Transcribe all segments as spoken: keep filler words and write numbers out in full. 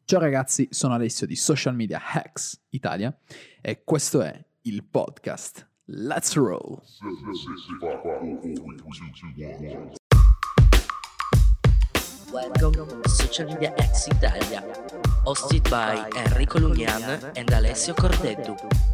Ciao ragazzi, sono Alessio di Social Media Hacks Italia e questo è il podcast Let's Roll. Welcome to Social Media Hacks Italia, hosted by Enrico Lugnan and Alessio Cordeddu.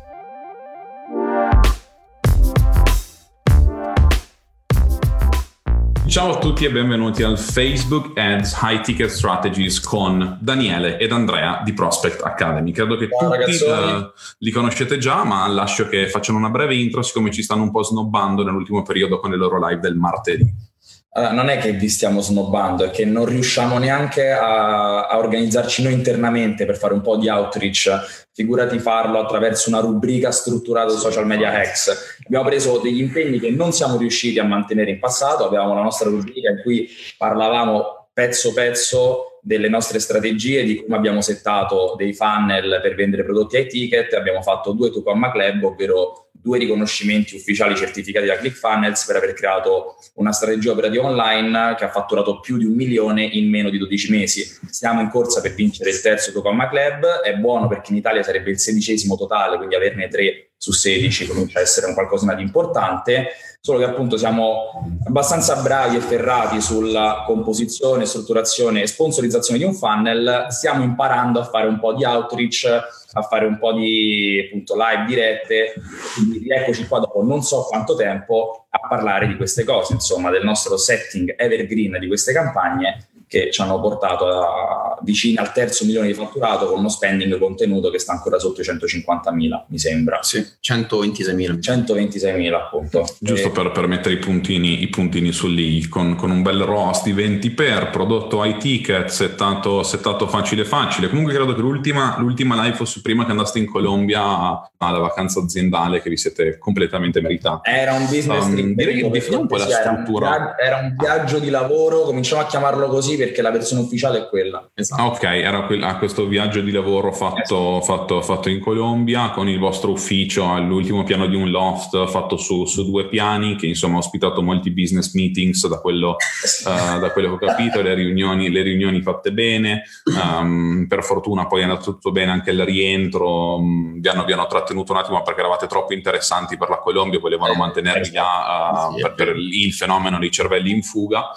Ciao a tutti e benvenuti al Facebook Ads High Ticket Strategies con Daniele ed Andrea di Prospect Academy. Credo che Ciao, tutti uh, li conoscete già, ma lascio che facciano una breve intro, siccome ci stanno un po' snobbando nell'ultimo periodo con le loro live del martedì. Allora, non è che vi stiamo snobbando, è che non riusciamo neanche a, a organizzarci noi internamente per fare un po' di outreach, figurati farlo attraverso una rubrica strutturata su Social Media Hacks. Abbiamo preso degli impegni che non siamo riusciti a mantenere in passato, avevamo la nostra rubrica in cui parlavamo pezzo pezzo delle nostre strategie, di come abbiamo settato dei funnel per vendere prodotti ai ticket, abbiamo fatto due Tucumma Club, ovvero due riconoscimenti ufficiali certificati da ClickFunnels per aver creato una strategia operativa online che ha fatturato più di un milione in meno di dodici mesi. Siamo in corsa per vincere il terzo Tucumma Club, è buono perché in Italia sarebbe il sedicesimo totale, quindi averne tre su sedici comincia a essere un qualcosa di importante, solo che appunto siamo abbastanza bravi e ferrati sulla composizione, strutturazione e sponsorizzazione di un funnel. Stiamo imparando a fare un po' di outreach, a fare un po' di appunto live dirette, quindi eccoci qua dopo non so quanto tempo a parlare di queste cose, insomma del nostro setting evergreen di queste campagne che ci hanno portato a vicino al terzo milione di fatturato con uno spending contenuto che sta ancora sotto i centocinquantamila, mi sembra. Sì, centoventiseimila. centoventiseimila appunto. Giusto e... per, per mettere i puntini, i puntini sull'I, con, con un bel R O S di venti per, prodotto high ticket, settato, settato facile facile. Comunque credo che l'ultima, l'ultima live fosse prima che andaste in Colombia alla vacanza aziendale che vi siete completamente meritati. Era un business um, trip. Direi che definiamo un po' la struttura. Era un, era un viaggio di lavoro, cominciamo a chiamarlo così perché la versione ufficiale è quella. Esatto. Ok, era que- a questo viaggio di lavoro fatto, esatto. fatto, fatto in Colombia con il vostro ufficio all'ultimo piano di un loft fatto su, su due piani, che insomma ha ospitato molti business meetings da quello, uh, da quello che ho capito, le riunioni, le riunioni fatte bene, um, per fortuna poi è andato tutto bene anche il rientro, um, vi, hanno, vi hanno trattenuto un attimo perché eravate troppo interessanti per la Colombia, volevano eh, mantenervi là uh, per, per il fenomeno dei cervelli in fuga.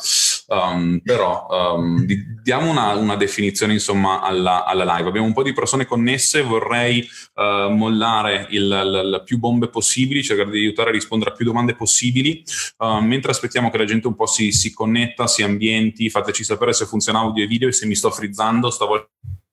Um, però um, di, diamo una, una definizione insomma alla, alla live. Abbiamo un po' di persone connesse, vorrei uh, mollare il, il, il più bombe possibili, cercare di aiutare a rispondere a più domande possibili, uh, mentre aspettiamo che la gente un po' si, si connetta, si ambienti. Fateci sapere se funziona audio e video e se mi sto frizzando. Stavo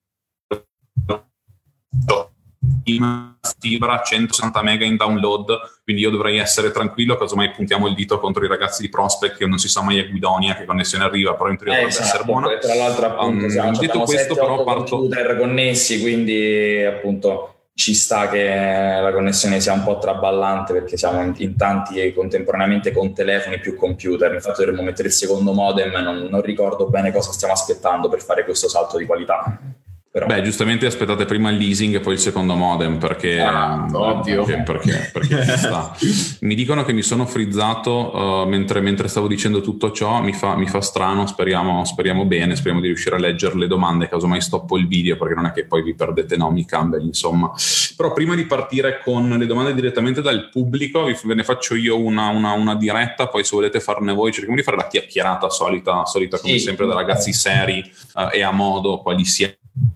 fibra centosessanta mega in download, quindi io dovrei essere tranquillo, casomai puntiamo il dito contro i ragazzi di Prospect che non si sa mai a Guidonia che connessione arriva, però in teoria eh, dovrebbe esatto, essere buona. Tra l'altro appunto um, siamo, detto questo sette, però parto computer connessi, quindi appunto ci sta che la connessione sia un po' traballante perché siamo in, in tanti contemporaneamente con telefoni più computer. Infatti dovremmo mettere il secondo modem, non, non ricordo bene cosa stiamo aspettando per fare questo salto di qualità. Però. Beh, giustamente aspettate prima il leasing e poi il secondo modem perché ah, um, ovvio perché, perché, perché ci sta. Mi dicono che mi sono frizzato uh, mentre, mentre stavo dicendo tutto ciò, mi fa, mi fa strano, speriamo, speriamo bene, speriamo di riuscire a leggere le domande, casomai stoppo il video perché non è che poi vi perdete nomi, Campbell, insomma. Però prima di partire con le domande direttamente dal pubblico vi, ve ne faccio io una, una, una diretta, poi se volete farne voi cerchiamo di fare la chiacchierata solita, solita come sì, sempre da ragazzi seri uh, e a modo, quali sia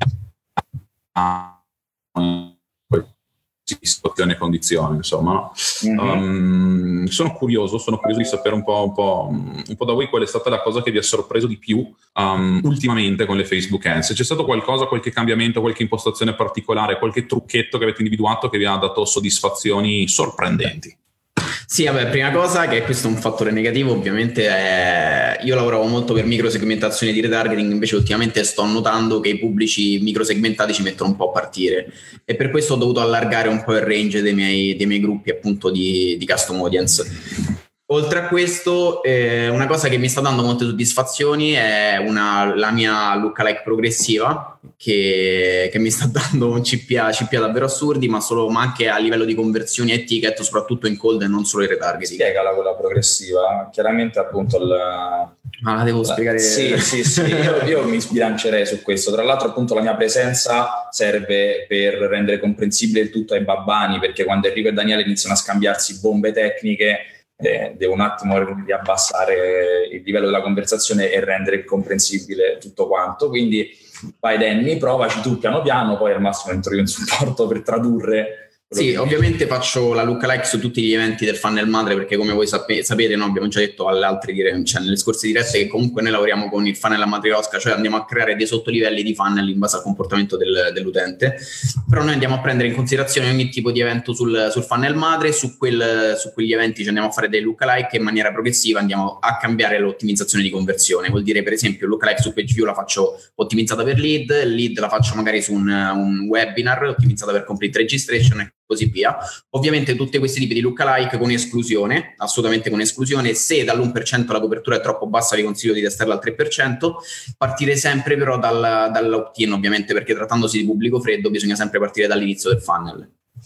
situazione e condizione, insomma, no? Mm-hmm. um, sono curioso sono curioso di sapere un po', un po', un po' da voi qual è stata la cosa che vi ha sorpreso di più um, ultimamente con le Facebook Ads. Se c'è stato qualcosa, qualche cambiamento, qualche impostazione particolare, qualche trucchetto che avete individuato che vi ha dato soddisfazioni sorprendenti. Sì, vabbè, prima cosa, che questo è un fattore negativo, ovviamente è... io lavoravo molto per microsegmentazione di retargeting, invece ultimamente sto notando che i pubblici microsegmentati ci mettono un po' a partire e per questo ho dovuto allargare un po' il range dei miei, dei miei gruppi appunto di, di custom audience. Oltre a questo, eh, una cosa che mi sta dando molte soddisfazioni è una, la mia lookalike progressiva che, che mi sta dando un C P A, C P A davvero assurdi, ma, solo, ma anche a livello di conversioni e ticket, soprattutto in cold e non solo in retargeting. Spiegala quella progressiva. Chiaramente appunto il, Ma la devo spiegare. Sì, sì, sì, io, io mi sbilancerei su questo. Tra l'altro, appunto, la mia presenza serve per rendere comprensibile il tutto ai babbani, perché quando Enrico e Daniele iniziano a scambiarsi bombe tecniche, eh, devo un attimo riabbassare il livello della conversazione e rendere comprensibile tutto quanto. Quindi vai Danny, provaci tu piano piano, poi al massimo entro io in supporto per tradurre. Sì, ovviamente faccio la lookalike su tutti gli eventi del funnel madre, perché come voi sape- sapete, no, abbiamo già detto alle altre dire- cioè nelle scorse dirette che comunque noi lavoriamo con il funnel a matriosca, cioè andiamo a creare dei sottolivelli di funnel in base al comportamento del, dell'utente, però noi andiamo a prendere in considerazione ogni tipo di evento sul, sul funnel madre, su, quel, su quegli eventi ci andiamo a fare dei lookalike e in maniera progressiva andiamo a cambiare l'ottimizzazione di conversione. Vuol dire, per esempio, il lookalike su PageView la faccio ottimizzata per lead, lead la faccio magari su un, un webinar ottimizzata per complete registration e così via. Ovviamente tutti questi tipi di lookalike con esclusione, assolutamente con esclusione. Se dall'uno per cento la copertura è troppo bassa vi consiglio di testarla al tre per cento. Partire sempre però dal, dall'opt-in, ovviamente, perché trattandosi di pubblico freddo bisogna sempre partire dall'inizio del funnel.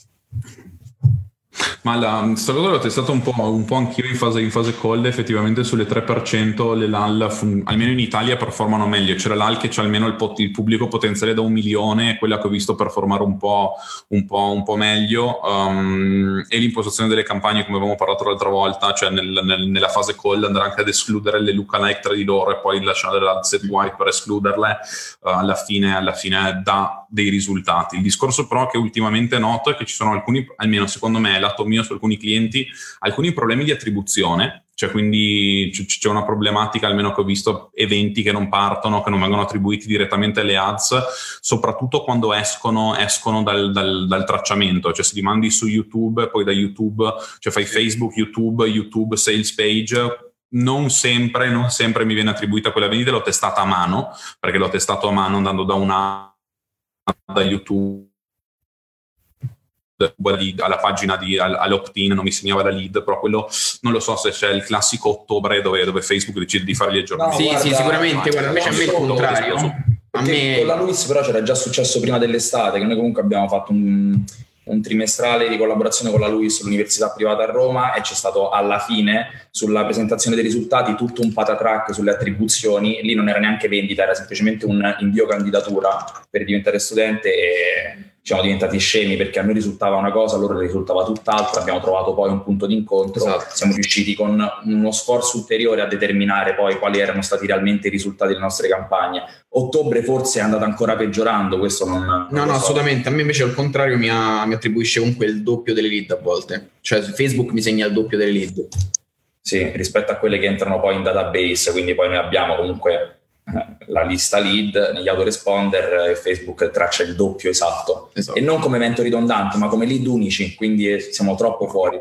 Ma la, questa cosa l'ho testata un po', un po' anch'io in fase, in fase call. Effettivamente sulle tre per cento le L A L, fun, almeno in Italia, performano meglio. C'è la L A L che c'ha almeno il, pot, il pubblico potenziale da un milione, quella che ho visto performare un po', un po', un po' meglio, um, e l'impostazione delle campagne, come avevamo parlato l'altra volta, cioè nel, nel, nella fase call andare anche ad escludere le lookalike tra di loro e poi lasciare la set wipe per escluderle, uh, alla fine, alla fine dà dei risultati. Il discorso però che ultimamente noto è che ci sono alcuni, almeno secondo me, lato mio, su alcuni clienti, alcuni problemi di attribuzione, cioè quindi c- c'è una problematica, almeno che ho visto, eventi che non partono, che non vengono attribuiti direttamente alle ads, soprattutto quando escono, escono dal, dal, dal tracciamento, cioè se li mandi su YouTube, poi da YouTube, cioè fai Facebook, YouTube, YouTube Sales Page, non sempre, non sempre mi viene attribuita quella vendita. L'ho testata a mano, perché l'ho testato a mano andando da una da YouTube alla pagina di all'opt-in, non mi segnava la lead, però quello non lo so se c'è il classico ottobre dove, dove Facebook decide di fare gli aggiornamenti. No, sì, guarda, sì, sicuramente, guarda, invece a me il contrario. A me... Con la Luis però c'era già successo prima dell'estate, che noi comunque abbiamo fatto un, un trimestrale di collaborazione con la Luis, l'università privata a Roma, e c'è stato alla fine, sulla presentazione dei risultati, tutto un patatrack sulle attribuzioni. Lì non era neanche vendita, era semplicemente un invio candidatura per diventare studente, e siamo diventati scemi perché a noi risultava una cosa, a loro risultava tutt'altro. Abbiamo trovato poi un punto d'incontro, esatto. Siamo riusciti con uno sforzo ulteriore a determinare poi quali erano stati realmente i risultati delle nostre campagne. Ottobre forse è andata ancora peggiorando, questo non, non no no so. Assolutamente, a me invece al contrario mi, ha, mi attribuisce comunque il doppio delle lead a volte, cioè su Facebook mi segna il doppio delle lead, sì, rispetto a quelle che entrano poi in database. Quindi poi noi abbiamo comunque la lista lead negli autoresponder e Facebook traccia il doppio esatto, esatto. E non come evento ridondante ma come lead unici, quindi siamo troppo fuori.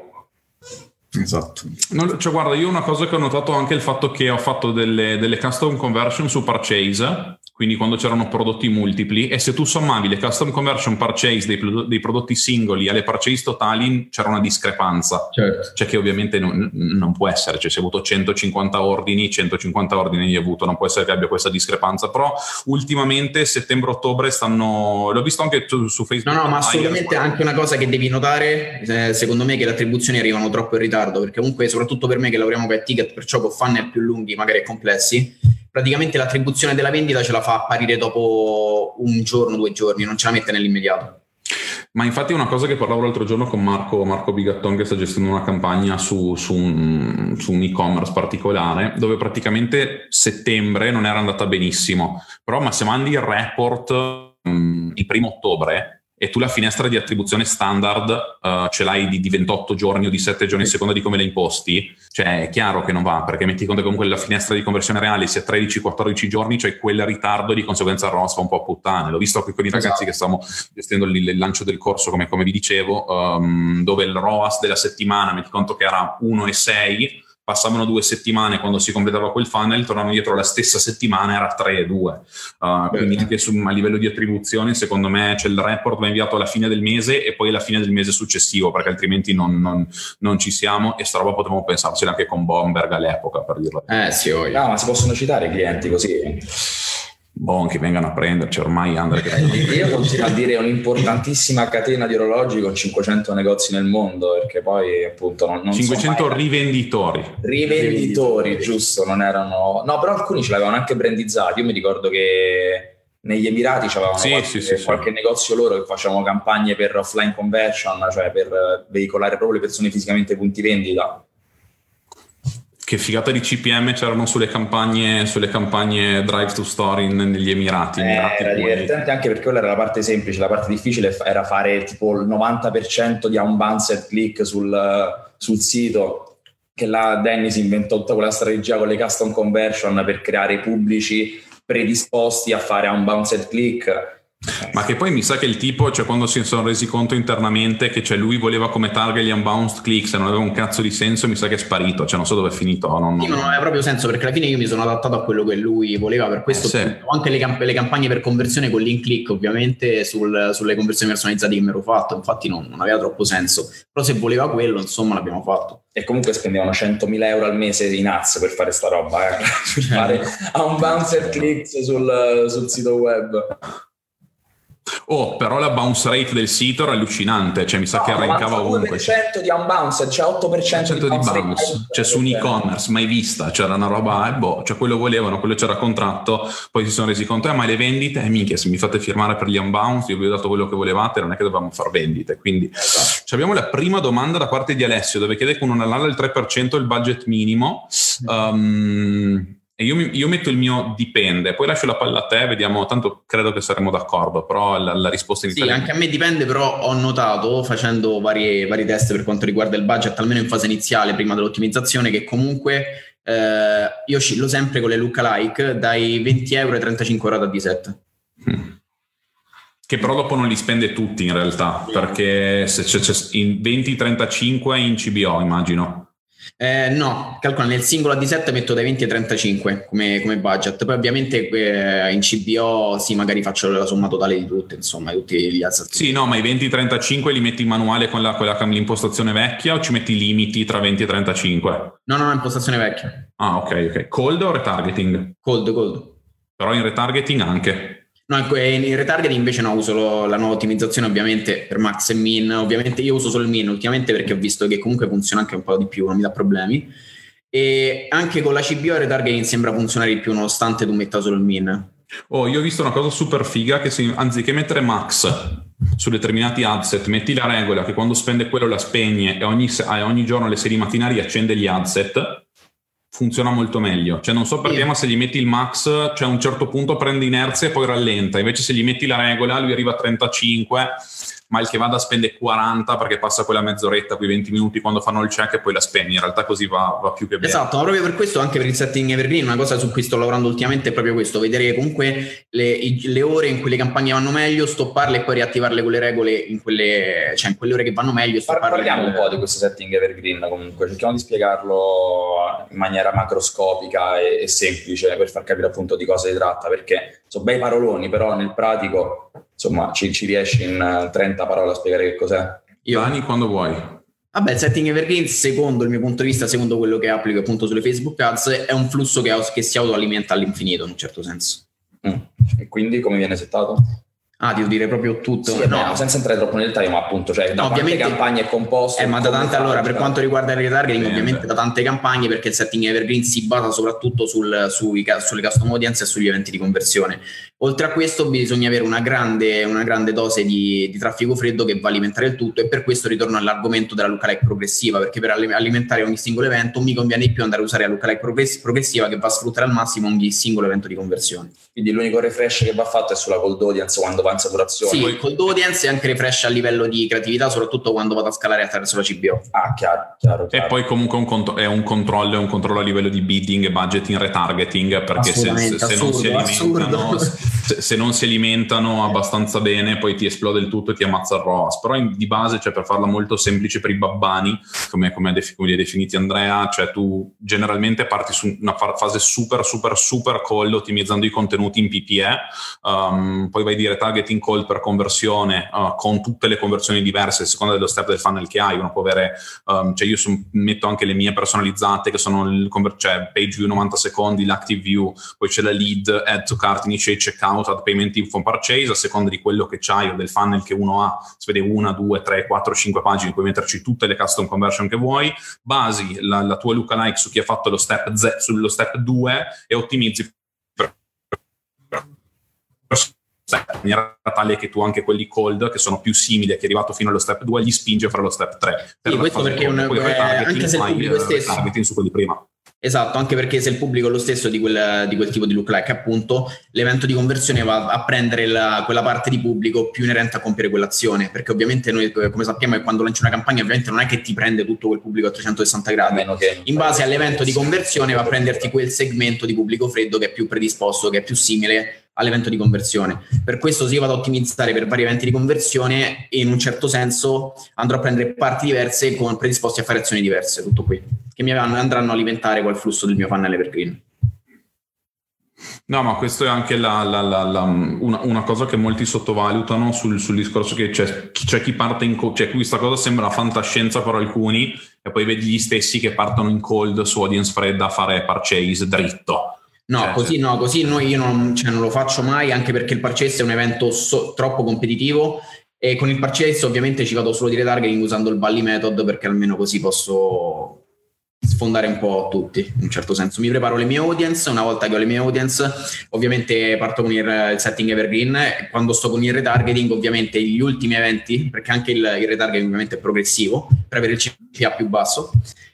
Esatto. No, cioè guarda, io una cosa che ho notato anche il fatto che ho fatto delle, delle custom conversion su purchase, quindi quando c'erano prodotti multipli, e se tu sommavi le custom conversion purchase dei, dei prodotti singoli alle purchase totali c'era una discrepanza, certo. Cioè che ovviamente non, non può essere, cioè se hai avuto centocinquanta ordini, centocinquanta ordini hai avuto, non può essere che abbia questa discrepanza. Però ultimamente settembre-ottobre stanno, l'ho visto anche su, su Facebook. No no, ma assolutamente anche una cosa che devi notare, eh, secondo me, che le attribuzioni arrivano troppo in ritardo, perché comunque soprattutto per me che lavoriamo con ticket, perciò con funnel più lunghi magari complessi, praticamente l'attribuzione della vendita ce la fa apparire dopo un giorno, due giorni, non ce la mette nell'immediato. Ma infatti è una cosa che parlavo l'altro giorno con Marco, Marco Bigatton, che sta gestendo una campagna su, su, un, su un e-commerce particolare, dove praticamente settembre non era andata benissimo, però ma se mandi il report um, il primo ottobre e tu la finestra di attribuzione standard uh, ce l'hai di, di ventotto giorni o di sette giorni a seconda di come le imposti, cioè è chiaro che non va, perché metti conto che comunque la finestra di conversione reale sia tredici quattordici giorni, cioè quel ritardo, di conseguenza il R O A S va un po' a puttane. L'ho visto qui con i ragazzi, esatto, che stiamo gestendo il, il lancio del corso, come, come vi dicevo, um, dove il R O A S della settimana, metti conto che era uno e sei, passavano due settimane quando si completava quel funnel, tornavano dietro la stessa settimana, era tre e due. Uh, quindi anche su, a livello di attribuzione, secondo me, c'è il report va inviato alla fine del mese e poi alla fine del mese successivo, perché altrimenti non, non, non ci siamo, e sta roba potevamo pensarsela anche con Bomberg all'epoca, per dirlo. Eh sì, oh, no, ma si possono citare i clienti così. Boh, che vengano a prenderci ormai, Andre. Che... Io continuo a dire un'importantissima catena di orologi con cinquecento negozi nel mondo, perché poi appunto non, non cinquecento mai... rivenditori. rivenditori rivenditori giusto, non erano, no, però alcuni ce l'avevano anche brandizzati. Io mi ricordo che negli Emirati c'avevano sì, qualche, sì, sì, qualche sì. negozio loro che facevano campagne per offline conversion, cioè per veicolare proprio le persone fisicamente ai punti vendita. Che figata di C P M c'erano sulle campagne sulle campagne Drive to Store in, negli Emirati. Eh, Emirati era poi. divertente anche perché quella era la parte semplice, la parte difficile era fare tipo il novanta per cento di unbounced click sul, sul sito, che là Dennis inventò tutta quella strategia con le custom conversion per creare i pubblici predisposti a fare unbounced click. Ma che poi mi sa che il tipo, cioè quando si sono resi conto internamente che cioè lui voleva come target gli unbounced clicks e non aveva un cazzo di senso, mi sa che è sparito, cioè non so dove è finito. Non, sì, non aveva proprio senso, perché alla fine io mi sono adattato a quello che lui voleva, per questo sì. ho anche le, camp- le campagne per conversione con link click ovviamente sul, sulle conversioni personalizzate che mi ero fatto, infatti non, non aveva troppo senso, però se voleva quello insomma l'abbiamo fatto. E comunque spendevano centomila euro al mese in ads per fare sta roba, eh? Per fare unbounced clicks sul, sul sito web. Oh, però la bounce rate del sito era allucinante, cioè mi sa no, che arrancava ovunque. novantanove per cento di unbounced, cioè otto per cento di bounce, di bounce. Cioè su un e-commerce mai vista, c'era una roba, eh, boh, cioè quello volevano, quello c'era contratto, poi si sono resi conto, eh, ma le vendite, eh, minchia, se mi fate firmare per gli unbounced, io vi ho dato quello che volevate, non è che dovevamo far vendite, quindi esatto. Abbiamo la prima domanda da parte di Alessio, dove chiede con una lana del tre per cento il budget minimo. Um, E io, io metto il mio dipende, poi lascio la palla a te, vediamo, tanto credo che saremo d'accordo, però la, la risposta in Sì, anche a me dipende, però ho notato, facendo varie, vari test per quanto riguarda il budget, almeno in fase iniziale, prima dell'ottimizzazione, che comunque eh, io oscillo sempre con le lookalike dai venti euro ai trentacinque euro da D set. Hmm. Che però dopo non li spende tutti in realtà, perché se c'è, c'è in venti trentacinque in C B O, immagino. Eh, no, calcola nel singolo A D sette metto dai venti ai trentacinque come, come budget, poi ovviamente eh, in C B O sì, magari faccio la somma totale di tutte, insomma, tutti gli asset. Sì, no, ma i venti trentacinque li metti in manuale con, la, con la, l'impostazione vecchia o ci metti i limiti tra venti e trentacinque? No, no, no, impostazione vecchia. Ah, ok, ok. Cold o retargeting? Cold, cold. Però in retargeting anche? No, in retargeting invece no, uso lo, la nuova ottimizzazione ovviamente per max e min, ovviamente io uso solo il min ultimamente perché ho visto che comunque funziona anche un po' di più, non mi dà problemi, e anche con la C B O il retargeting sembra funzionare di più nonostante tu metta solo il min. Oh, io ho visto una cosa super figa che se, anziché mettere max su determinati adset metti la regola che quando spende quello la spegne e ogni, ogni giorno alle sei di mattina riaccende gli adset, funziona molto meglio. Cioè non so perché, yeah. ma se gli metti il max, cioè a un certo punto prende inerzia e poi rallenta, invece se gli metti la regola lui arriva a trentacinque, ma il che vada spende quaranta perché passa quella mezz'oretta, quei venti minuti quando fanno il check e poi la spegne. In realtà così va, va più che bene. Esatto, ma proprio per questo anche per il setting evergreen una cosa su cui sto lavorando ultimamente è proprio questo, vedere che comunque le, i, le ore in cui le campagne vanno meglio, stopparle e poi riattivarle con le regole in quelle, cioè in quelle ore che vanno meglio. Parliamo un po' di questo setting evergreen comunque, cerchiamo di spiegarlo in maniera macroscopica e, e semplice per far capire appunto di cosa si tratta, perché sono bei paroloni, però nel pratico insomma ci, ci riesci in trenta parole a spiegare che cos'è? Io Dani, quando vuoi. Vabbè, il setting evergreen secondo il mio punto di vista, secondo quello che applico appunto sulle Facebook Ads, è un flusso che, che si autoalimenta all'infinito in un certo senso. Mm. E quindi come viene settato? Ah, devo dire proprio tutto? Sì, no, no, senza entrare troppo nel dettaglio, ma appunto, cioè, da no, quante campagne è composto? Eh, ma da tante, allora, per quanto riguarda il retargeting, Bene. ovviamente da tante campagne, perché il setting evergreen si basa soprattutto sul, sui, sulle custom audience e sugli eventi di conversione. Oltre a questo bisogna avere una grande, una grande dose di, di traffico freddo che va a alimentare il tutto, e per questo ritorno all'argomento della lookalike progressiva, perché per alimentare ogni singolo evento mi conviene di più andare a usare la lookalike progressiva che va a sfruttare al massimo ogni singolo evento di conversione. Quindi l'unico refresh che va fatto è sulla cold audience quando va in saturazione. Sì, il cold audience e anche refresh a livello di creatività, soprattutto quando vado a scalare attraverso la C B O. Ah, chiaro, chiaro, chiaro. E poi comunque un cont- è un controllo, è un controllo a livello di bidding e budgeting, retargeting, perché se, se, se non si alimentano se, se non si alimentano abbastanza bene poi ti esplode il tutto e ti ammazza il R O A S. Però in, di base, cioè, per farla molto semplice per i babbani, come, come, def- come li ha definiti Andrea, cioè tu generalmente parti su una fa- fase super super super cold ottimizzando i contenuti in P P E, um, poi vai a dire targeting cold per conversione, uh, con tutte le conversioni diverse a seconda dello step del funnel che hai. Uno può avere, um, cioè io son, metto anche le mie personalizzate che sono il conver- cioè page view novanta secondi, l'active view, poi c'è la lead, add to cart, initiate checkout, add payment info, purchase, a seconda di quello che c'hai o del funnel che uno ha. Si vede una, due, tre, quattro, cinque pagine, puoi metterci tutte le custom conversion che vuoi, basi la, la tua lookalike su chi ha fatto lo step Z, sullo step due e ottimizzi per, per, per in maniera tale che tu anche quelli cold che sono più simili a chi è arrivato fino allo step due gli spinge fra lo step tre. Per sì, questo perché un, eh, anche se il pubblico stesso targeting su quelli prima. Esatto, anche perché se il pubblico è lo stesso di quel, di quel tipo di lookalike, appunto, l'evento di conversione va a prendere la, quella parte di pubblico più inerente a compiere quell'azione, perché ovviamente noi, come sappiamo, che quando lanci una campagna ovviamente non è che ti prende tutto quel pubblico a trecentosessanta gradi, in base all'evento di conversione va a prenderti quel segmento di pubblico freddo che è più predisposto, che è più simile all'evento di conversione. Per questo se io vado a ottimizzare per vari eventi di conversione, in un certo senso andrò a prendere parti diverse con predisposti a fare azioni diverse, tutto qui, che mi andranno a alimentare quel flusso del mio funnel evergreen. No, ma questo è anche la, la, la, la, una, una cosa che molti sottovalutano sul, sul discorso che c'è, c'è chi parte in cold, cioè questa cosa sembra fantascienza per alcuni e poi vedi gli stessi che partono in cold su audience fredda a fare purchase dritto. No, cioè, così no, così noi io non, cioè, non lo faccio mai, anche perché il purchase è un evento so, troppo competitivo e con il purchase ovviamente ci vado solo di retargeting usando il Valley Method, perché almeno così posso sfondare un po' tutti, in un certo senso. Mi preparo le mie audience, una volta che ho le mie audience ovviamente parto con il, il setting evergreen. Quando sto con il retargeting ovviamente gli ultimi eventi, perché anche il, il retargeting ovviamente è progressivo per avere il C P A più basso,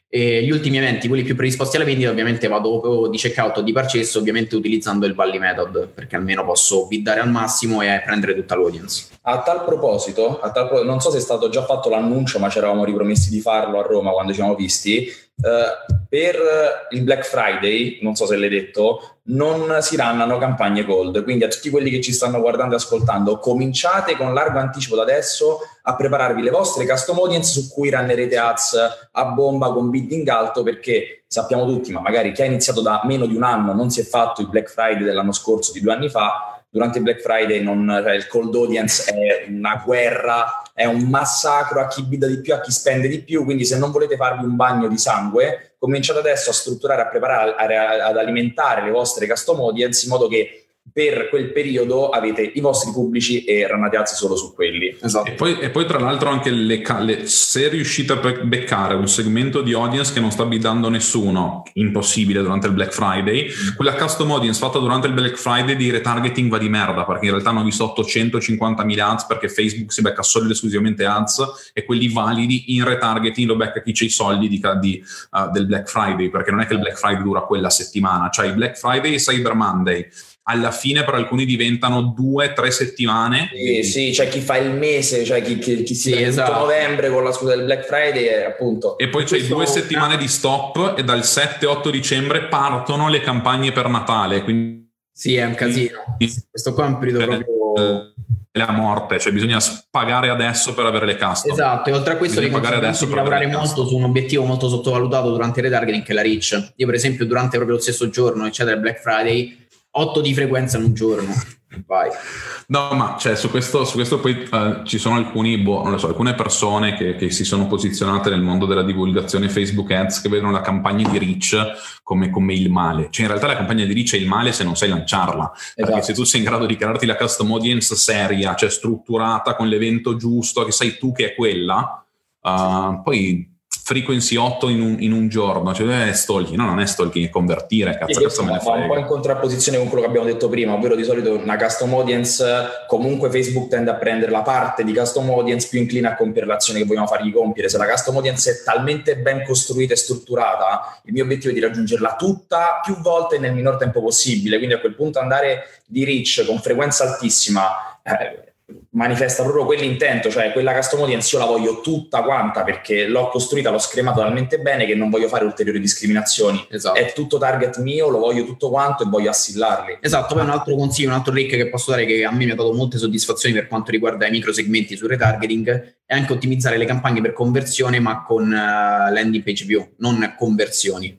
e gli ultimi eventi, quelli più predisposti alla vendita, ovviamente vado di checkout o di purchase, ovviamente utilizzando il Valley Method, perché almeno posso biddare al massimo e prendere tutta l'audience. A tal proposito, a tal pro- non so se è stato già fatto l'annuncio, ma ci eravamo ripromessi di farlo a Roma quando ci siamo visti. Uh, per il Black Friday, non so se l'hai detto, non si rannano campagne cold, quindi a tutti quelli che ci stanno guardando e ascoltando, cominciate con largo anticipo da adesso a prepararvi le vostre custom audience su cui rannerete ads a bomba con bidding alto, perché sappiamo tutti, ma magari chi ha iniziato da meno di un anno non si è fatto il Black Friday dell'anno scorso, di due anni fa. Durante il Black Friday non, cioè il cold audience è una guerra, è un massacro a chi bidda di più, a chi spende di più, quindi se non volete farvi un bagno di sangue, cominciate adesso a strutturare, a preparare, a, ad alimentare le vostre custom audience in modo che per quel periodo avete i vostri pubblici e rannate solo su quelli. Esatto. E poi, e poi tra l'altro anche le, le, se riuscite a beccare un segmento di audience che non sta biddando nessuno, impossibile durante il Black Friday, mm. quella custom audience fatta durante il Black Friday di retargeting va di merda, perché in realtà hanno visto ottocentocinquantamila ads, perché Facebook si becca solo ed esclusivamente ads e quelli validi in retargeting lo becca chi c'è i soldi di, di, uh, del Black Friday, perché non è che il Black Friday dura quella settimana, cioè il Black Friday e Cyber Monday alla fine per alcuni diventano due, tre settimane. Sì, sì, c'è chi fa il mese, cioè chi, chi, chi si sì, esatto. novembre con la scusa del Black Friday e appunto. E poi c'hai due settimane di stop e dal sette otto dicembre partono le campagne per Natale. Quindi sì, è un casino. Questo qua è un periodo proprio... la morte, cioè bisogna pagare adesso per avere le custom. Esatto, e oltre a questo bisogna pagare adesso per lavorare molto su un obiettivo molto sottovalutato durante il retargeting, che è la reach. Io per esempio durante proprio lo stesso giorno, eccetera, il Black Friday, otto di frequenza in un giorno. Vai. No, ma cioè su questo, su questo poi uh, ci sono alcuni, boh, non lo so, alcune persone che, che si sono posizionate nel mondo della divulgazione Facebook Ads, che vedono la campagna di reach come, come il male. Cioè in realtà la campagna di reach è il male se non sai lanciarla. Esatto. Perché se tu sei in grado di crearti la custom audience seria, cioè strutturata con l'evento giusto, che sai tu che è quella, uh, poi frequency otto in un, in un giorno, cioè è stalking, no, non è stalking, è convertire, cazzo, sì, me ne fa un po' in contrapposizione con quello che abbiamo detto prima, ovvero di solito una custom audience, comunque Facebook tende a prendere la parte di custom audience più inclina a compiere l'azione che vogliamo fargli compiere. Se la custom audience è talmente ben costruita e strutturata, il mio obiettivo è di raggiungerla tutta più volte nel minor tempo possibile, quindi a quel punto andare di reach con frequenza altissima, eh, manifesta proprio quell'intento, cioè quella custom audience io la voglio tutta quanta perché l'ho costruita, l'ho scremata talmente bene che non voglio fare ulteriori discriminazioni. Esatto. È tutto target mio, lo voglio tutto quanto e voglio assillarli. Esatto, poi un altro consiglio, un altro trick che posso dare che a me mi ha dato molte soddisfazioni per quanto riguarda i microsegmenti sul retargeting è anche ottimizzare le campagne per conversione, ma con uh, landing page view, non conversioni.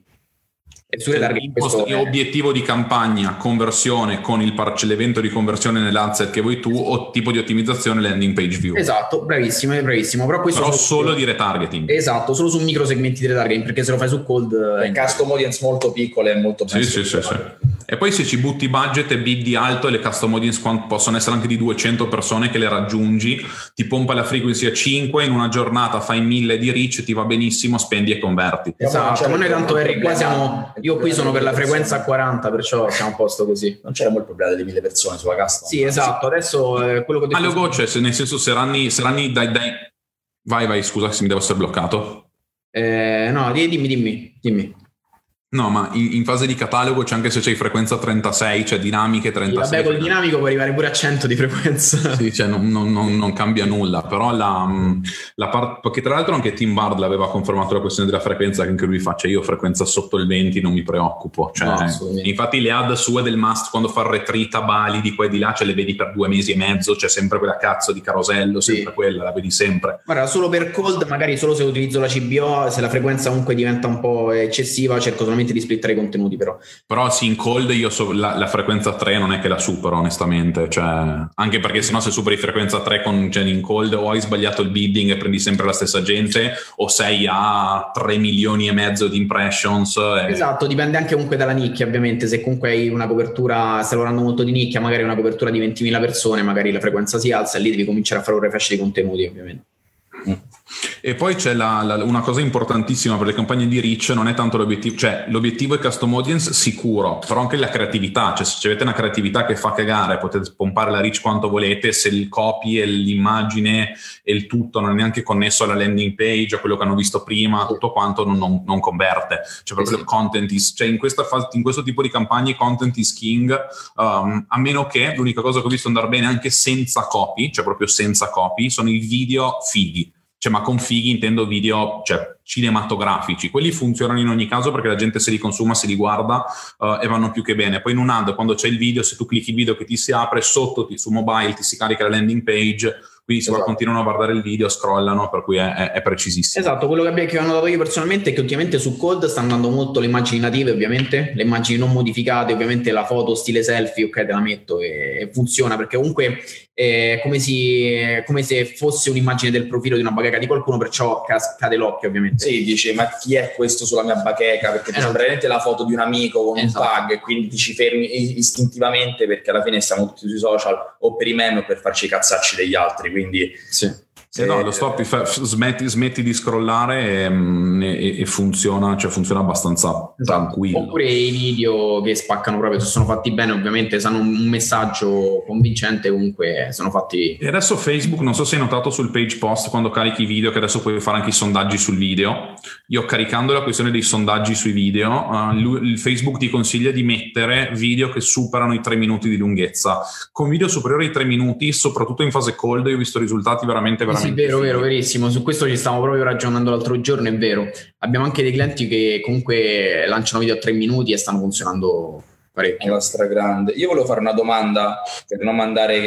E sul retargeting questo è... obiettivo di campagna, conversione con il par- l'evento di conversione nell'adset che vuoi tu, o tipo di ottimizzazione landing page view. Esatto, bravissimo, bravissimo. Però, questo Però solo, solo di retargeting. Esatto, solo su microsegmenti di retargeting, perché se lo fai su cold è custom audience molto piccole e molto sì, sì, sì, sì. E poi se ci butti budget e bid di alto e le custom audience possono essere anche di duecento persone che le raggiungi, ti pompa la frequency a cinque, in una giornata fai mille di reach, ti va benissimo, spendi e converti. Esatto, ma noi tanto Harry, qua siamo, io qui sono per la frequenza a quaranta, perciò siamo a posto così. Non c'era il problema delle mille persone sulla custom. Sì, esatto, adesso eh, quello che ho detto... Ma lo gocce, se nel senso se ranni, se ranni dai, dai... Vai, vai, scusa se mi devo essere bloccato. Eh, no, dimmi, dimmi, dimmi. No, ma in, in fase di catalogo c'è anche se c'hai frequenza trentasei, cioè dinamiche trentasei. Sì, vabbè, col dinamico puoi arrivare pure a cento di frequenza. Sì, cioè non, non, non, non cambia nulla, però la, la parte, perché tra l'altro anche Tim Bard l'aveva confermato la questione della frequenza, che anche lui fa, cioè io frequenza sotto il venti non mi preoccupo, cioè, no, infatti le ad sue del must quando fa il retreat a Bali di qua e di là, ce le vedi per due mesi e mezzo, c'è sempre quella cazzo di carosello, sempre sì. Quella, la vedi sempre. Guarda, solo per cold, magari solo se utilizzo la C B O, se la frequenza comunque diventa un po' eccessiva, cerco solamente di splittare i contenuti. Però. però sì, in cold io so, la, la frequenza tre non è che la supero onestamente, cioè, anche perché sennò se superi frequenza tre con, cioè, in cold o hai sbagliato il bidding e prendi sempre la stessa gente o sei a tre milioni e mezzo di impressions e... Esatto, dipende anche comunque dalla nicchia ovviamente, se comunque hai una copertura, stai lavorando molto di nicchia, magari una copertura di ventimila persone, magari la frequenza si alza e lì devi cominciare a fare un refresh di contenuti ovviamente. Mm. E poi c'è la, la, una cosa importantissima per le campagne di reach, non è tanto l'obiettivo, cioè l'obiettivo è custom audience sicuro, però anche la creatività, cioè se avete una creatività che fa cagare potete pompare la reach quanto volete, se il copy e l'immagine e il tutto non è neanche connesso alla landing page, a quello che hanno visto prima, tutto quanto non, non, non converte, cioè proprio il content is, cioè in, questa, in questo tipo di campagne content is king, um, a meno che l'unica cosa che ho visto andare bene anche senza copy, cioè proprio senza copy, sono i video fighi. Cioè, ma con fighi intendo video, cioè, cinematografici. Quelli funzionano in ogni caso perché la gente se li consuma, se li guarda uh, e vanno più che bene. Poi in un ad, quando c'è il video, se tu clicchi il video che ti si apre, sotto ti, su mobile ti si carica la landing page, quindi esatto. Si continuano a guardare il video, scrollano, per cui è, è, è precisissimo. Esatto, quello che, abbia, che ho notato io personalmente è che ultimamente su Cold stanno andando molto le immagini native, ovviamente, le immagini non modificate, ovviamente la foto stile selfie, ok, te la metto e, e funziona, perché comunque è come, si, come se fosse un'immagine del profilo di una bacheca di qualcuno, perciò cade l'occhio ovviamente. Sì, dici, ma chi è questo sulla mia bacheca? Perché ti esatto. Sembra veramente la foto di un amico con esatto. Un tag, e quindi ti ci fermi istintivamente, perché alla fine siamo tutti sui social o per i meme o per farci i cazzacci degli altri, quindi sì. Se no, lo stop, smetti, smetti di scrollare e, e, e funziona, cioè funziona abbastanza esatto. Tranquillo. Oppure i video che spaccano proprio, se sono fatti bene ovviamente, sanno un messaggio convincente, comunque sono fatti. E adesso Facebook, non so se hai notato sul page post quando carichi i video che adesso puoi fare anche i sondaggi sul video. Io caricando la questione dei sondaggi sui video, uh, lui, il Facebook ti consiglia di mettere video che superano i tre minuti di lunghezza. Con video superiori ai tre minuti, soprattutto in fase cold, io ho visto risultati veramente veramente sì, vero, vero, verissimo. Su questo ci stavamo proprio ragionando l'altro giorno, è vero. Abbiamo anche dei clienti che comunque lanciano video a tre minuti e stanno funzionando parecchio. È una stragrande. Io volevo fare una domanda per non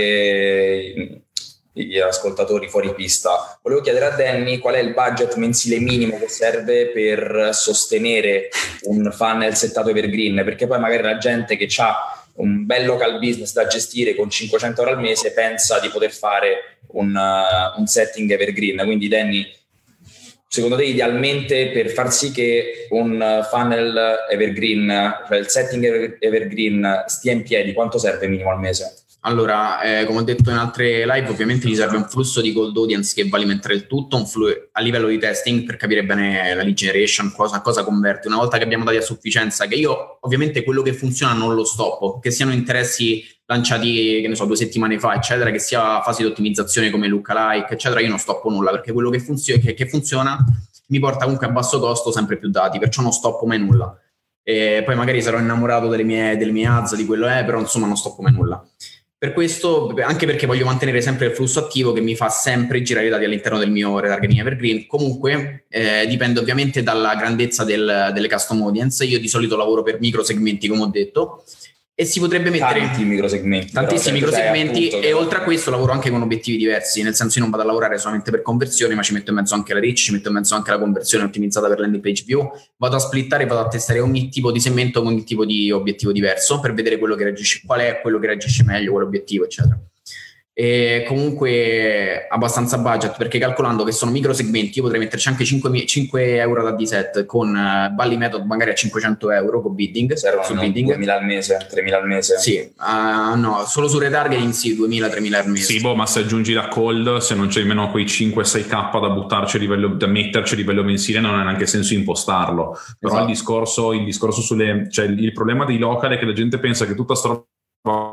mandare gli ascoltatori fuori pista. Volevo chiedere a Danny qual è il budget mensile minimo che serve per sostenere un funnel settato evergreen, perché poi magari la gente che ha un bel local business da gestire con cinquecento euro al mese pensa di poter fare un, uh, un setting evergreen. Quindi Danny, secondo te idealmente per far sì che un funnel evergreen, cioè il setting evergreen stia in piedi, quanto serve minimo al mese? Allora, eh, come ho detto in altre live, ovviamente gli serve un flusso di cold audience che va a alimentare il tutto, un flu- a livello di testing per capire bene la lead generation, cosa, cosa converte. Una volta che abbiamo dati a sufficienza, che io ovviamente quello che funziona non lo stoppo, che siano interessi lanciati, che ne so, due settimane fa, eccetera, che sia fase di ottimizzazione come lookalike, eccetera, io non stoppo nulla, perché quello che, funziona, che, che funziona mi porta comunque a basso costo sempre più dati, perciò non stoppo mai nulla. E poi magari sarò innamorato delle mie, delle mie ads, di quello è, però insomma non stoppo mai nulla. Per questo, anche perché voglio mantenere sempre il flusso attivo che mi fa sempre girare i dati all'interno del mio retargeting evergreen. Comunque eh, dipende ovviamente dalla grandezza del, delle custom audience. Io di solito lavoro per microsegmenti, come ho detto, e si potrebbe mettere tanti microsegmenti, tantissimi però, cioè, microsegmenti, appunto, e oltre a questo lavoro anche con obiettivi diversi, nel senso io non vado a lavorare solamente per conversione, ma ci metto in mezzo anche la reach, ci metto in mezzo anche la conversione ottimizzata per landing page view, vado a splittare, vado a testare ogni tipo di segmento con ogni tipo di obiettivo diverso per vedere quello che reagisce, qual è quello che reagisce meglio, quell'obiettivo, eccetera. E comunque abbastanza budget, perché calcolando che sono microsegmenti io potrei metterci anche cinque euro da D-set con uh, Bally Method magari a cinquecento euro con bidding, servono duemila al mese, tremila al mese. Sì, uh, no, solo su retargeting sì, duemila tremila al mese. Sì, boh, ma se aggiungi la cold, se non c'è nemmeno quei cinque sei k da buttarci a livello, da metterci a livello mensile, non ha neanche senso impostarlo. Però esatto. il discorso, il discorso sulle, cioè il, il problema dei local è che la gente pensa che tutta sta roba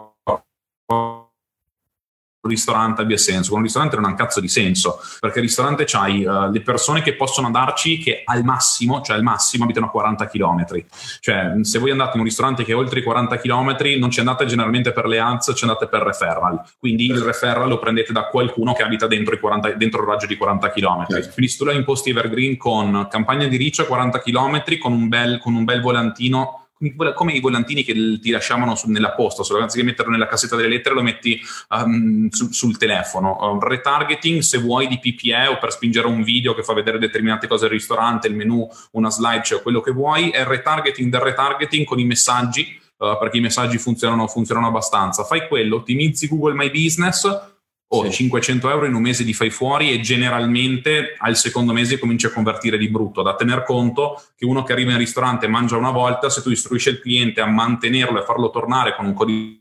un ristorante abbia senso. Con un ristorante non ha un cazzo di senso, perché il ristorante c'hai uh, le persone che possono andarci che al massimo, cioè al massimo abitano a quaranta chilometri. Cioè se voi andate in un ristorante che è oltre i quaranta chilometri non ci andate generalmente per le ads, ci andate per referral, quindi il referral lo prendete da qualcuno che abita dentro, i quaranta, dentro il raggio di quaranta chilometri. Certo. Quindi se tu l'hai imposti evergreen con campagna di reach a quaranta chilometri, con un bel, con un bel volantino, come i volantini che ti lasciavano su, nella posta, solo anziché metterlo nella cassetta delle lettere lo metti um, su, sul telefono. Um, retargeting se vuoi di P P E o per spingere un video che fa vedere determinate cose al ristorante, il menu, una slide, cioè quello che vuoi, è il retargeting del retargeting con i messaggi, uh, perché i messaggi funzionano, funzionano abbastanza. Fai quello, ottimizzi Google My Business, o sì. cinquecento euro in un mese li fai fuori e generalmente al secondo mese cominci a convertire di brutto. Da tener conto che uno che arriva in ristorante e mangia una volta, se tu istruisci il cliente a mantenerlo e farlo tornare con un codice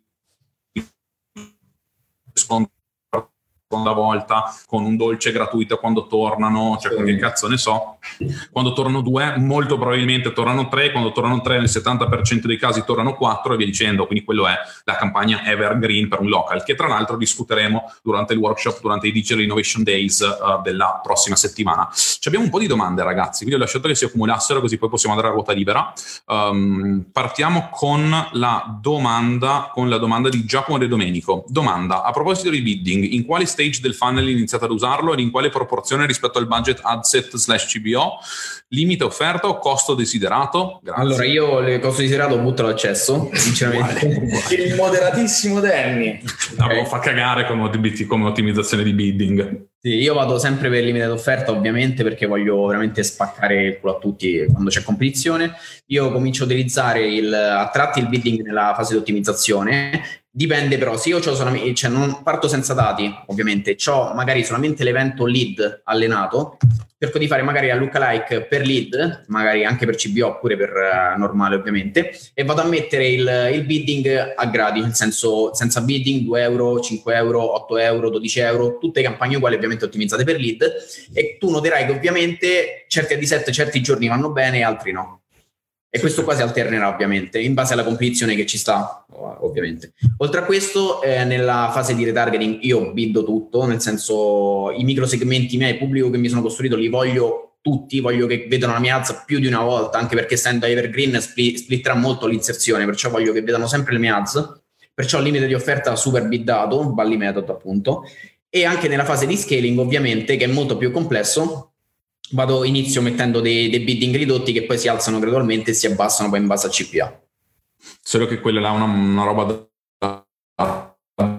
sconto seconda volta, con un dolce gratuito quando tornano, cioè sì. Che cazzo ne so, quando tornano due molto probabilmente tornano tre, quando tornano tre nel settanta per cento dei casi tornano quattro e via dicendo. Quindi quello è la campagna evergreen per un local, che tra l'altro discuteremo durante il workshop, durante i Digital Innovation Days uh, della prossima settimana. Ci abbiamo un po' di domande, ragazzi, quindi ho lasciato che si accumulassero così poi possiamo andare a ruota libera. Um, partiamo con la domanda con la domanda di Giacomo De Domenico. Domanda: a proposito di bidding, in quali stage del funnel iniziate ad usarlo ed in quale proporzione rispetto al budget adset slash C B O? Limite offerta o costo desiderato? Grazie. Allora io il costo desiderato butto l'accesso, sinceramente. Il moderatissimo Danny. No, okay. Fa cagare come, come ottimizzazione di bidding. Sì, io vado sempre per limite d'offerta ovviamente, perché voglio veramente spaccare il culo a tutti quando c'è competizione. Io comincio a utilizzare il, a tratti il bidding nella fase di ottimizzazione. Dipende però, se io c'ho solamente, cioè non parto senza dati ovviamente, c'ho magari solamente l'evento lead allenato, cerco di fare magari a lookalike per lead, magari anche per C B O oppure per uh, normale ovviamente, e vado a mettere il, il bidding a gradi, nel senso senza bidding, due euro, cinque euro, otto euro, dodici euro, tutte campagne uguali ovviamente ottimizzate per lead, e tu noterai che ovviamente certi ad set certi giorni vanno bene e altri no. E questo qua si alternerà ovviamente in base alla competizione che ci sta, ovviamente. Oltre a questo, eh, nella fase di retargeting io biddo tutto, nel senso i microsegmenti miei, pubblico che mi sono costruito, li voglio tutti, voglio che vedano la mia ads più di una volta, anche perché essendo evergreen spl- splitterà molto l'inserzione, perciò voglio che vedano sempre le mie ads, perciò il limite di offerta super biddato, Bally Method appunto, e anche nella fase di scaling ovviamente, che è molto più complesso, vado inizio mettendo dei, dei bidding ridotti che poi si alzano gradualmente e si abbassano poi in base al C P A. Solo che quella là è una, una roba da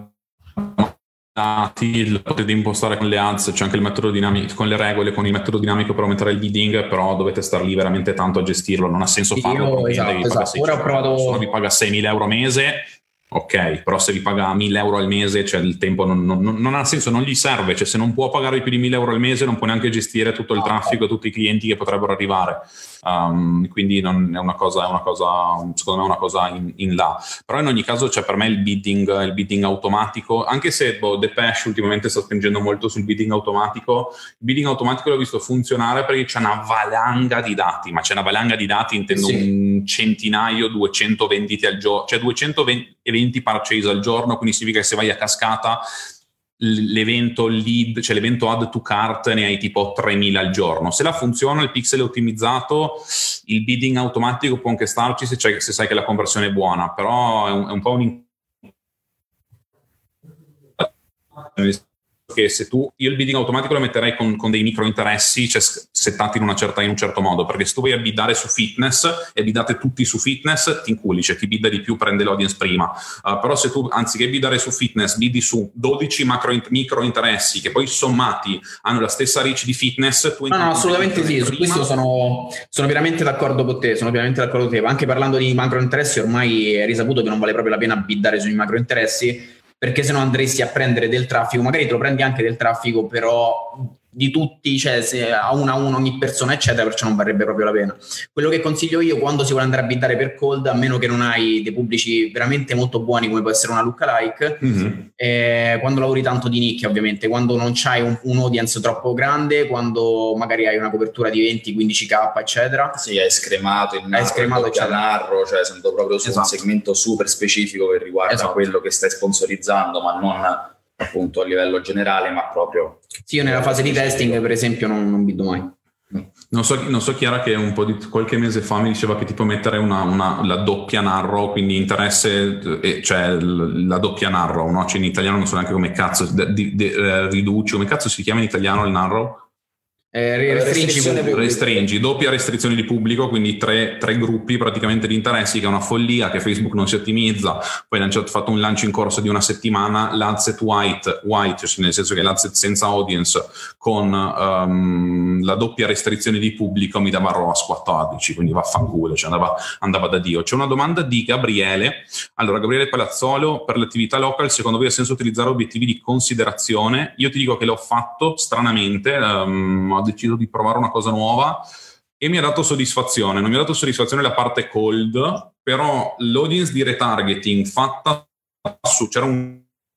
potete impostare con le ads, c'è anche il metodo dinamico, con le regole, con il metodo dinamico per aumentare il bidding, però dovete star lì veramente tanto a gestirlo, non ha senso farlo. Io, esatto, esatto. Ora ho provato... Se vi paga seimila euro a mese, ok, però se vi paga mille euro al mese, cioè il tempo non, non, non ha senso, non gli serve, cioè se non può pagare più di mille euro al mese non può neanche gestire tutto il traffico e tutti i clienti che potrebbero arrivare. Um, quindi non è una cosa, è una cosa, secondo me è una cosa in, in là. Però in ogni caso, cioè per me il bidding, il bidding automatico, anche se boh, Depeche ultimamente sta spingendo molto sul bidding automatico, il bidding automatico l'ho visto funzionare perché c'è una valanga di dati, ma c'è una valanga di dati, intendo sì. Un centinaio, duecento vendite al giorno, cioè duecentoventi purchase al giorno, quindi significa che se vai a cascata l'evento lead, cioè l'evento add to cart ne hai tipo tremila al giorno. Se la funziona, il pixel è ottimizzato, il bidding automatico può anche starci se, se sai che la conversione è buona, però è un, è un po' un che se tu, io il bidding automatico lo metterei con, con dei micro interessi, cioè settati in una certa, in un certo modo, perché se tu vai a biddare su fitness e biddate tutti su fitness, ti inculi, cioè chi bidda di più prende l'audience prima, uh, però se tu anziché biddare su fitness biddi su dodici macro, micro interessi che poi sommati hanno la stessa reach di fitness, tu no, no, assolutamente sì, su questo sono, sono veramente d'accordo con te, sono veramente d'accordo con te, anche parlando di macro interessi ormai è risaputo che non vale proprio la pena biddare sui macro interessi, perché se no andresti a prendere del traffico, magari te lo prendi anche del traffico, però di tutti, cioè se a uno a uno ogni persona eccetera, perciò non varrebbe proprio la pena. Quello che consiglio io quando si vuole andare a biddare per cold, a meno che non hai dei pubblici veramente molto buoni come può essere una lookalike, mm-hmm. eh, quando lavori tanto di nicchia ovviamente, quando non c'hai un, un audience troppo grande, quando magari hai una copertura di venti quindici k eccetera, sì, hai scremato il narro, hai scremato il narro, cioè sento proprio su esatto. un segmento super specifico che riguarda esatto. quello che stai sponsorizzando, ma non appunto a livello generale, ma proprio sì, io nella fase di testing per esempio non, non biddo mai. Non so, non so Chiara che un po' di qualche mese fa mi diceva che tipo mettere una, una la doppia narrow, quindi interesse, eh, cioè la doppia narrow, no? Cioè in italiano non so neanche come cazzo di, di, uh, riduci, come cazzo si chiama in italiano il narrow? Eh, restringi, restringi, doppia restrizione di pubblico, quindi tre, tre gruppi praticamente di interessi, che è una follia, che Facebook non si ottimizza. Poi lanciato, fatto un lancio in corso di una settimana, l'adset white, white cioè nel senso che l'adset senza audience con um, la doppia restrizione di pubblico mi dava R O A S quattordici, quindi vaffanculo, cioè andava, andava da Dio. C'è una domanda di Gabriele. Allora, Gabriele Palazzolo, per le attività local secondo voi ha senso utilizzare obiettivi di considerazione? Io ti dico che l'ho fatto stranamente, um, ho deciso di provare una cosa nuova e mi ha dato soddisfazione. Non mi ha dato soddisfazione la parte cold, però l'audience di retargeting fatta su, c'era un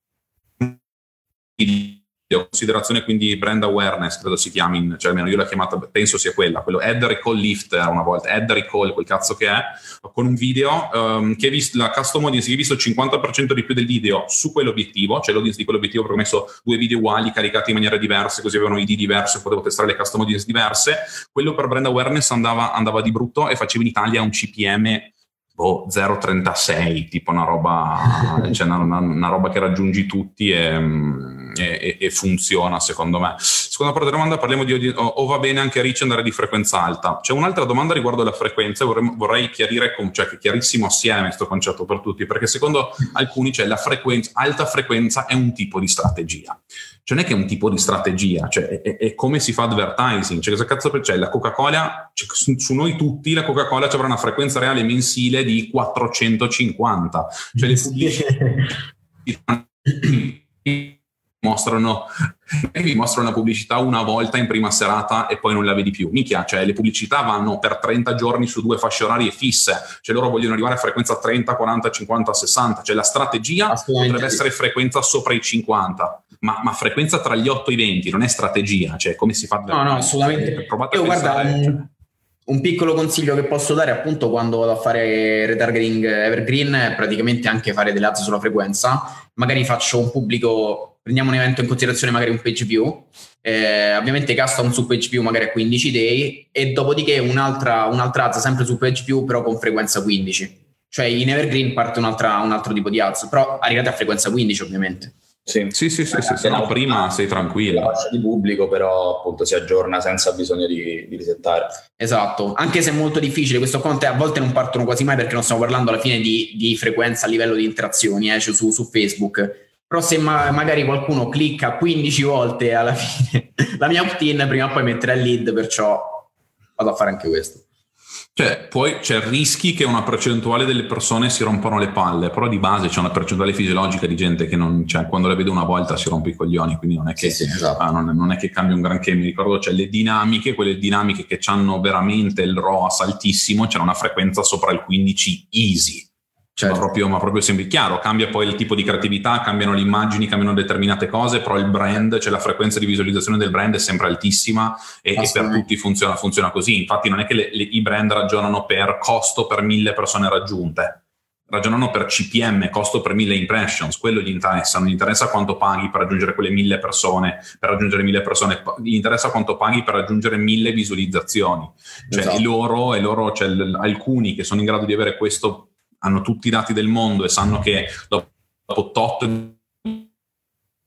considerazione, quindi brand awareness credo si chiami, cioè almeno io l'ho chiamata, penso sia quella, quello ad recall lifter una volta, ad recall, quel cazzo che è, con un video um, che visto, la custom audience che ha visto il cinquanta per cento di più del video su quell'obiettivo, cioè l'audience di quell'obiettivo, perché ho messo due video uguali caricati in maniera diversa, così avevano I D diverse, potevo testare le custom audience diverse. Quello per brand awareness andava, andava di brutto e faceva in Italia un C P M boh, zero virgola trentasei, tipo una roba, cioè una, una, una roba che raggiungi tutti e, e, e funziona secondo me. Seconda parte della domanda, parliamo di o, o va bene anche a reach andare di frequenza alta. C'è un'altra domanda riguardo alla frequenza, vorrei, vorrei chiarire, con, cioè che chiarissimo assieme questo concetto per tutti, perché secondo alcuni cioè, la frequenza, alta frequenza è un tipo di strategia. Cioè non è che è un tipo di strategia, cioè è, è come si fa advertising, cioè cosa cazzo c'è? La Coca-Cola, cioè, su, su noi tutti la Coca-Cola avrà una frequenza reale mensile di quattrocentocinquanta, cioè le pubblicità mostrano vi mostrano una pubblicità una volta in prima serata e poi non la vedi più. Minchia, cioè le pubblicità vanno per trenta giorni su due fasce orarie fisse, cioè loro vogliono arrivare a frequenza trenta, quaranta, cinquanta, sessanta, cioè la strategia potrebbe essere frequenza sopra i cinquanta, ma, ma frequenza tra gli otto e i venti non è strategia, cioè come si fa? No, no, assolutamente. Provate Io a guarda, pensare, un, cioè. un piccolo consiglio che posso dare appunto quando vado a fare retargeting evergreen è praticamente anche fare delle ads sulla frequenza. Magari faccio un pubblico, prendiamo un evento in considerazione, magari un page view, eh, ovviamente custom su page view magari a quindici day, e dopodiché un'altra, un'altra ads sempre su page view però con frequenza quindici, cioè in evergreen parte un'altra, un altro tipo di ads, però arrivate a frequenza quindici ovviamente. Sì, sì, sì, sì, sì, sì no, prima sei tranquillo. La fascia di pubblico però appunto si aggiorna senza bisogno di, di risettare. Esatto, anche se è molto difficile, questo conto a volte non partono quasi mai perché non stiamo parlando alla fine di, di frequenza a livello di interazioni, eh, cioè su, su Facebook. Però se ma, magari qualcuno clicca quindici volte alla fine la mia opt-in prima o poi metterà il lead, perciò vado a fare anche questo. Cioè, poi c'è rischi che una percentuale delle persone si rompano le palle, però di base c'è una percentuale fisiologica di gente che non, cioè, quando la vede una volta si rompe i coglioni, quindi non è che, sì, sì, esatto. ah, non, non è che cambia un granché. Mi ricordo, c'è le dinamiche, quelle dinamiche che hanno veramente il R O A S altissimo, c'è una frequenza sopra il quindici easy. Certo. Ma proprio, ma proprio sempre chiaro, cambia poi il tipo di creatività, cambiano le immagini, cambiano determinate cose, però il brand, cioè la frequenza di visualizzazione del brand è sempre altissima e, e per tutti funziona, funziona così. Infatti non è che le, le, i brand ragionano per costo per mille persone raggiunte, ragionano per C P M, costo per mille impressions, quello gli interessa, non gli interessa quanto paghi per raggiungere quelle mille persone, per raggiungere mille persone, gli interessa quanto paghi per raggiungere mille visualizzazioni. Cioè esatto. e loro, e loro cioè, l- alcuni che sono in grado di avere questo, hanno tutti i dati del mondo e sanno che dopo tot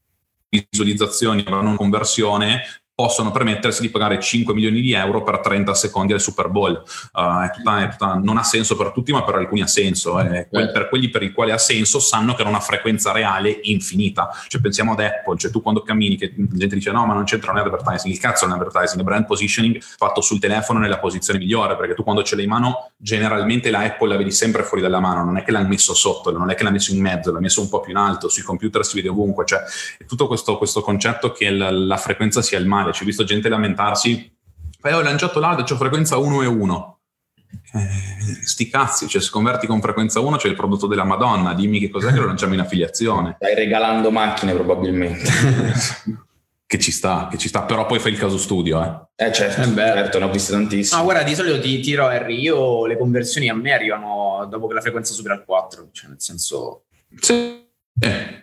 visualizzazioni avranno una conversione, possono permettersi di pagare cinque milioni di euro per trenta secondi al Super Bowl. Uh, è tutta, è tutta, non ha senso per tutti, ma per alcuni ha senso. Eh. Que- per quelli per i quali ha senso sanno che ha una frequenza reale infinita. Cioè, pensiamo ad Apple, cioè tu quando cammini, che la gente dice no, ma non c'entra un advertising. Il cazzo è un advertising, è brand positioning fatto sul telefono nella posizione migliore, perché tu quando ce l'hai in mano, generalmente la Apple la vedi sempre fuori dalla mano, non è che l'ha messo sotto, non è che l'ha messo in mezzo, l'ha messo un po' più in alto, sui computer si vede ovunque. Cioè, è tutto questo, questo concetto che la, la frequenza sia il male. C'è visto gente lamentarsi, eh, ho lanciato l'A D, c'ho frequenza uno e uno. Eh, sti cazzi, cioè se converti con frequenza uno c'è il prodotto della Madonna, dimmi che cos'è che lo lanciamo in affiliazione. Stai regalando macchine probabilmente. Che ci sta, che ci sta, però poi fai il caso studio, eh. Eh certo, eh certo, ne ho viste tantissime. No, guarda, di solito ti, ti dirò, Harry, io le conversioni a me arrivano dopo che la frequenza supera il quattro, cioè nel senso... Sì. Eh.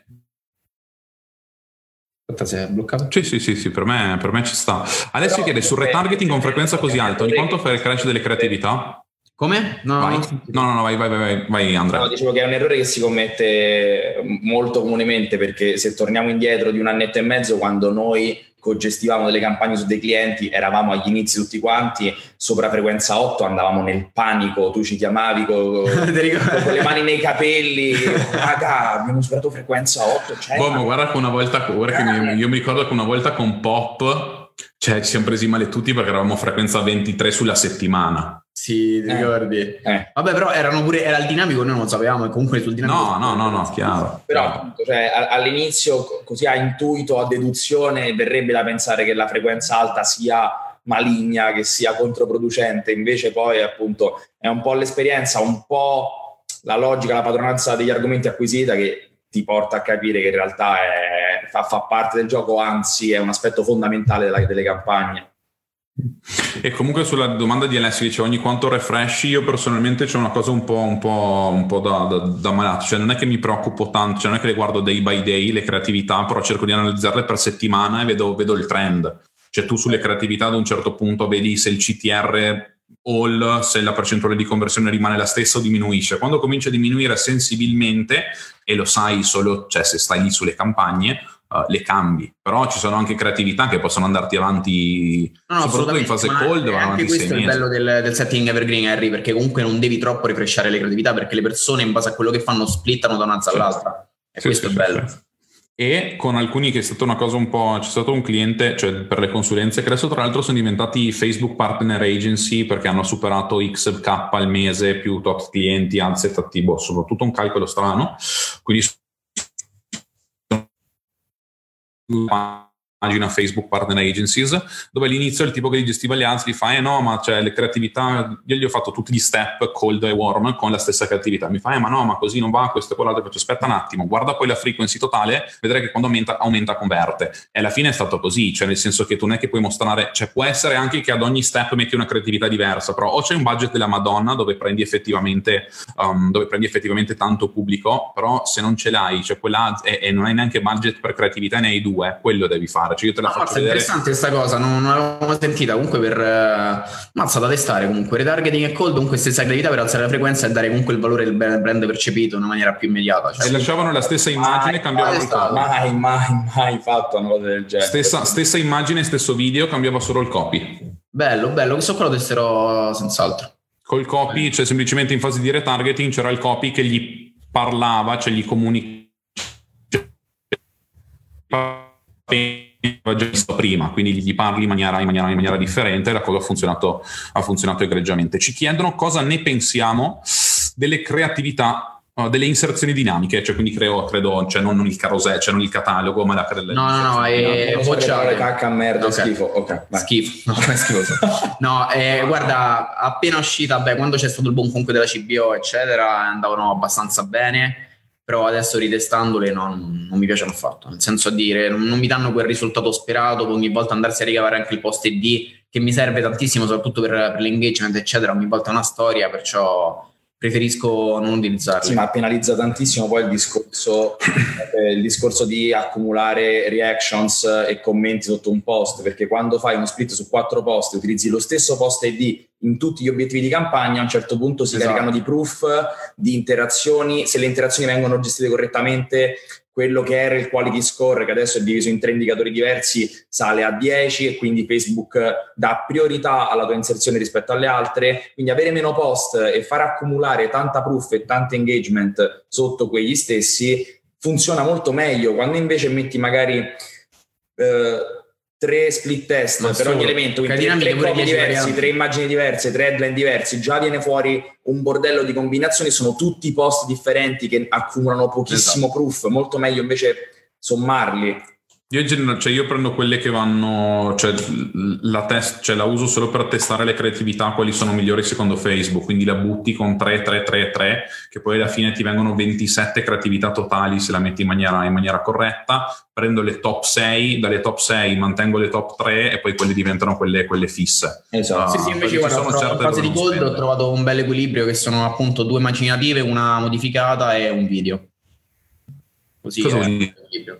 Aspetta, si è bloccato? Sì, sì, sì, sì, per me, per me ci sta. Alessio chiede, sul retargeting con frequenza così alta, ogni quanto fai il crash delle creatività? Come? No, vai. no, no, no, no, vai, vai, vai, vai Andrea. No, dicevo che è un errore che si commette molto comunemente, perché se torniamo indietro di un annetto e mezzo, quando noi co-gestivamo delle campagne su dei clienti, eravamo agli inizi tutti quanti, sopra frequenza otto andavamo nel panico, tu ci chiamavi con, con le mani nei capelli, raga, abbiamo superato frequenza otto. Cioè, boh, ma guarda che una volta, guarda che mi, io mi ricordo che una volta con Pop, cioè ci siamo presi male tutti perché eravamo frequenza ventitré sulla settimana. Sì, ti ricordi? Eh. Eh. Vabbè, però erano pure, era il dinamico, noi non lo sapevamo, e comunque sul dinamico... No, no, no, no, chiaro. Però appunto, cioè, all'inizio, così a intuito, a deduzione, verrebbe da pensare che la frequenza alta sia maligna, che sia controproducente, invece poi appunto è un po' l'esperienza, un po' la logica, la padronanza degli argomenti acquisita che ti porta a capire che in realtà è, fa, fa parte del gioco, anzi è un aspetto fondamentale della, delle campagne. E comunque sulla domanda di Alessio, dice ogni quanto refresh, io personalmente c'è una cosa un po', un po', un po' da, da, da malato, cioè non è che mi preoccupo tanto, cioè non è che le guardo day by day le creatività, però cerco di analizzarle per settimana e vedo, vedo il trend. Cioè tu sulle creatività ad un certo punto vedi se il C T R all, se la percentuale di conversione rimane la stessa o diminuisce. Quando comincia a diminuire sensibilmente, e lo sai solo, cioè se stai lì sulle campagne, Uh, le cambi, però ci sono anche creatività che possono andarti avanti, no, no, soprattutto in fase cold, ma anche questo è il bello del, del setting evergreen, Harry, perché comunque non devi troppo rifresciare le creatività, perché le persone in base a quello che fanno splittano da un'altra all'altra, e sì, questo sì, è bello. Sì. E con alcuni, che è stata una cosa un po', c'è stato un cliente, cioè per le consulenze, che adesso tra l'altro sono diventati Facebook Partner Agency perché hanno superato X K al mese più top clienti, anzi attivo, soprattutto un calcolo strano, quindi pagina Facebook Partner Agencies, dove all'inizio il tipo che gli gestiva le ads gli fa eh no ma cioè le creatività, io gli ho fatto tutti gli step cold e warm con la stessa creatività, mi fa eh ma no ma così non va, questo e quell'altro, faccio aspetta un attimo, guarda poi la frequency totale, vedrai che quando aumenta aumenta converte, e alla fine è stato così, cioè nel senso che tu non è che puoi mostrare, cioè può essere anche che ad ogni step metti una creatività diversa, però o c'è un budget della Madonna dove prendi effettivamente um, dove prendi effettivamente tanto pubblico, però se non ce l'hai, cioè quella e, e non hai neanche budget per creatività, ne hai due, quello devi fare. Cioè io te la no, faccio è vedere. Interessante questa cosa, non, non l'avevo sentita. Comunque per uh, mazza da testare, comunque retargeting e cold, comunque stessa creatività per alzare la frequenza e dare comunque il valore del brand percepito in una maniera più immediata, cioè, e lasciavano la stessa immagine, cambiavano il copy. Mai, mai, mai fatto una cosa del genere. Stessa, stessa immagine, stesso video, cambiava solo il copy. Bello, bello, questo qua lo testerò senz'altro. Col copy, cioè semplicemente in fase di retargeting c'era il copy che gli parlava, cioè gli comunicava già visto prima, quindi gli parli in maniera, in maniera, in maniera differente, e la cosa ha funzionato, ha funzionato egregiamente. Ci chiedono cosa ne pensiamo delle creatività, uh, delle inserzioni dinamiche, cioè quindi creo, credo, cioè non, non il carosello, cioè non il catalogo, ma la no no no è bocciare cacca merda, okay. Schifo, ok, schifo, no, è schifoso. No, eh, guarda, appena uscita, beh, quando c'è stato il boom comunque della C B O eccetera, andavano abbastanza bene, però adesso ritestandole non, non mi piacciono affatto, nel senso a dire non, non mi danno quel risultato sperato, ogni volta andarsi a ricavare anche il post I D che mi serve tantissimo soprattutto per, per l'engagement eccetera, ogni volta una storia, perciò preferisco non utilizzarli. Sì, ma penalizza tantissimo poi il discorso eh, il discorso di accumulare reactions e commenti sotto un post, perché quando fai uno split su quattro post e utilizzi lo stesso post I D in tutti gli obiettivi di campagna, a un certo punto si esatto. caricano di proof, di interazioni, se le interazioni vengono gestite correttamente quello che era il quality score, che adesso è diviso in tre indicatori diversi, sale a dieci, e quindi Facebook dà priorità alla tua inserzione rispetto alle altre. Quindi avere meno post e far accumulare tanta proof e tanto engagement sotto quegli stessi funziona molto meglio. Quando invece metti magari eh, tre split test Ma per solo, ogni elemento, quindi tre, tre copie diversi, tre immagini diverse, tre headline diversi, già viene fuori un bordello di combinazioni. Sono tutti post differenti che accumulano pochissimo esatto. proof. Molto meglio invece sommarli. Io, in generale, cioè io prendo quelle che vanno, cioè la, test, cioè la uso solo per testare le creatività, quali sono migliori secondo Facebook, quindi la butti con tre, tre, tre, tre, che poi alla fine ti vengono ventisette creatività totali se la metti in maniera, in maniera corretta. Prendo le top sei, dalle top sei mantengo le top tre e poi quelle diventano quelle, quelle fisse. Esatto. Uh, sì, sì, invece guarda, ho trovato, in fase di Gold ho trovato un bel equilibrio, che sono appunto due immaginative, una modificata e un video. Così Cosa è vuol dire?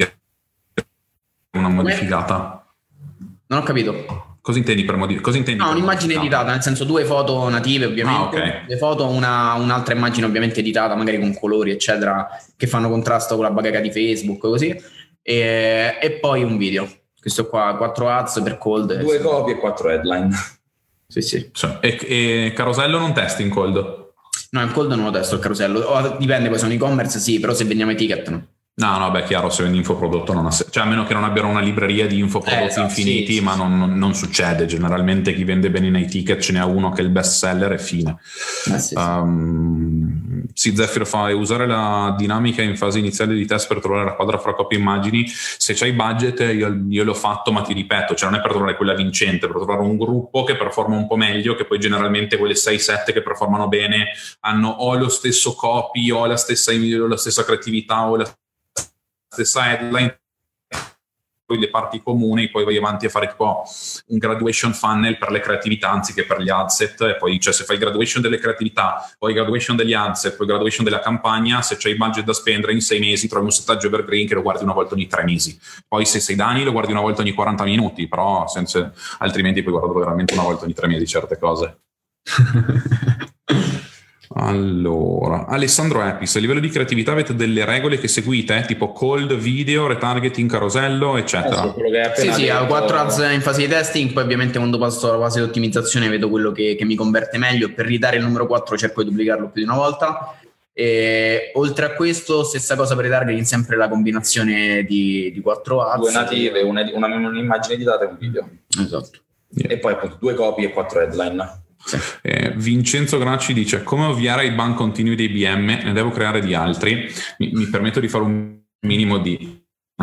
Una modificata? Non ho capito. Cosa intendi per modificare? Cosa intendi? No, un'immagine editata, nel senso due foto native ovviamente, ah, okay. Le foto, una, un'altra immagine ovviamente editata, magari con colori eccetera, che fanno contrasto con la bacheca di Facebook così, e, e poi un video. Questo qua, quattro ads per cold. Due copie e quattro headline. Sì, sì. Cioè, e, e carosello non testi in cold? No, in cold non lo testo il carosello. Oh, dipende, poi sono e-commerce sì, però se vendiamo eticket no. No, no, beh, chiaro, se vendi infoprodotto non ha senso, cioè a meno che non abbiano una libreria di infoprodotti eh, esatto, infiniti, sì, ma non, non, non succede. Generalmente chi vende bene nei ticket ce n'è uno che è il best seller e fine. Eh, sì, um, sì, Zeffiro fa usare la dinamica in fase iniziale di test per trovare la quadra fra copie e immagini. Se c'hai budget, io, io l'ho fatto, ma ti ripeto, cioè non è per trovare quella vincente, per trovare un gruppo che performa un po' meglio, che poi generalmente quelle sei sette che performano bene hanno o lo stesso copy o la stessa, o la stessa creatività o la stessa headline, poi le parti comuni, poi vai avanti a fare tipo un graduation funnel per le creatività anziché per gli adset, e poi cioè se fai graduation delle creatività, poi graduation degli adset, poi graduation della campagna, se c'hai budget da spendere in sei mesi trovi un settaggio evergreen che lo guardi una volta ogni tre mesi, poi se sei Dani lo guardi una volta ogni quaranta minuti, però senza, altrimenti puoi guardarlo veramente una volta ogni tre mesi certe cose. Allora, Alessandro Epis, a livello di creatività avete delle regole che seguite, tipo cold, video, retargeting, carosello, eccetera? Eh, sì, sì, ho quattro ads in fase di testing, poi ovviamente quando passo alla fase di ottimizzazione vedo quello che, che mi converte meglio. Per ridare il numero quattro cerco di duplicarlo più di una volta. E oltre a questo, stessa cosa per retargeting, sempre la combinazione di, di quattro ads. Due native, una, una, un'immagine editata e un video. Esatto. Yeah. E poi appunto due copie e quattro headline. Sì. Eh, Vincenzo Gracci dice: come ovviare i ban continui dei B M? Ne devo creare di altri. Mi, mi permetto di fare un minimo di...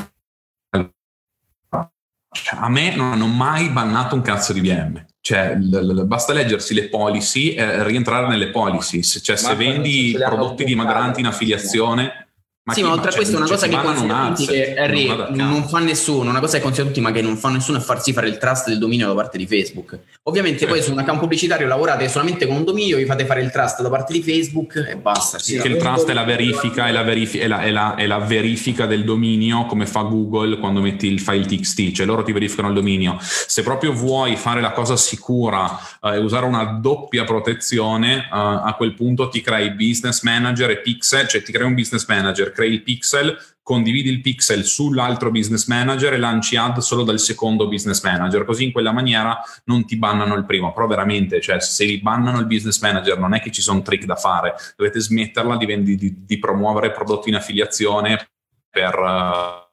A me non hanno mai bannato un cazzo di B M. Cioè, l- l- basta leggersi le policy e eh, rientrare nelle policy. Cioè, se vendi prodotti dimagranti in affiliazione... Ma sì, ma oltre a questo una cosa che consiglio tutti che Harry non fa nessuno, una cosa che consiglio tutti ma che non fa nessuno è farsi fare il trust del dominio da parte di Facebook. Ovviamente sì. Poi su un account pubblicitario lavorate solamente con un dominio, vi fate fare il trust da parte di Facebook e basta. Sì, che il trust è la verifica è la, verifi- è, la, è, la, è la verifica del dominio, come fa Google quando metti il file txt, cioè loro ti verificano il dominio. Se proprio vuoi fare la cosa sicura e uh, usare una doppia protezione, uh, a quel punto ti crei business manager e pixel, cioè ti crei un business manager, crei il pixel, condividi il pixel sull'altro business manager e lanci ad solo dal secondo business manager, così in quella maniera non ti bannano il primo. Però veramente, cioè, se vi bannano il business manager non è che ci sono trick da fare, dovete smetterla di, di, di promuovere prodotti in affiliazione per uh,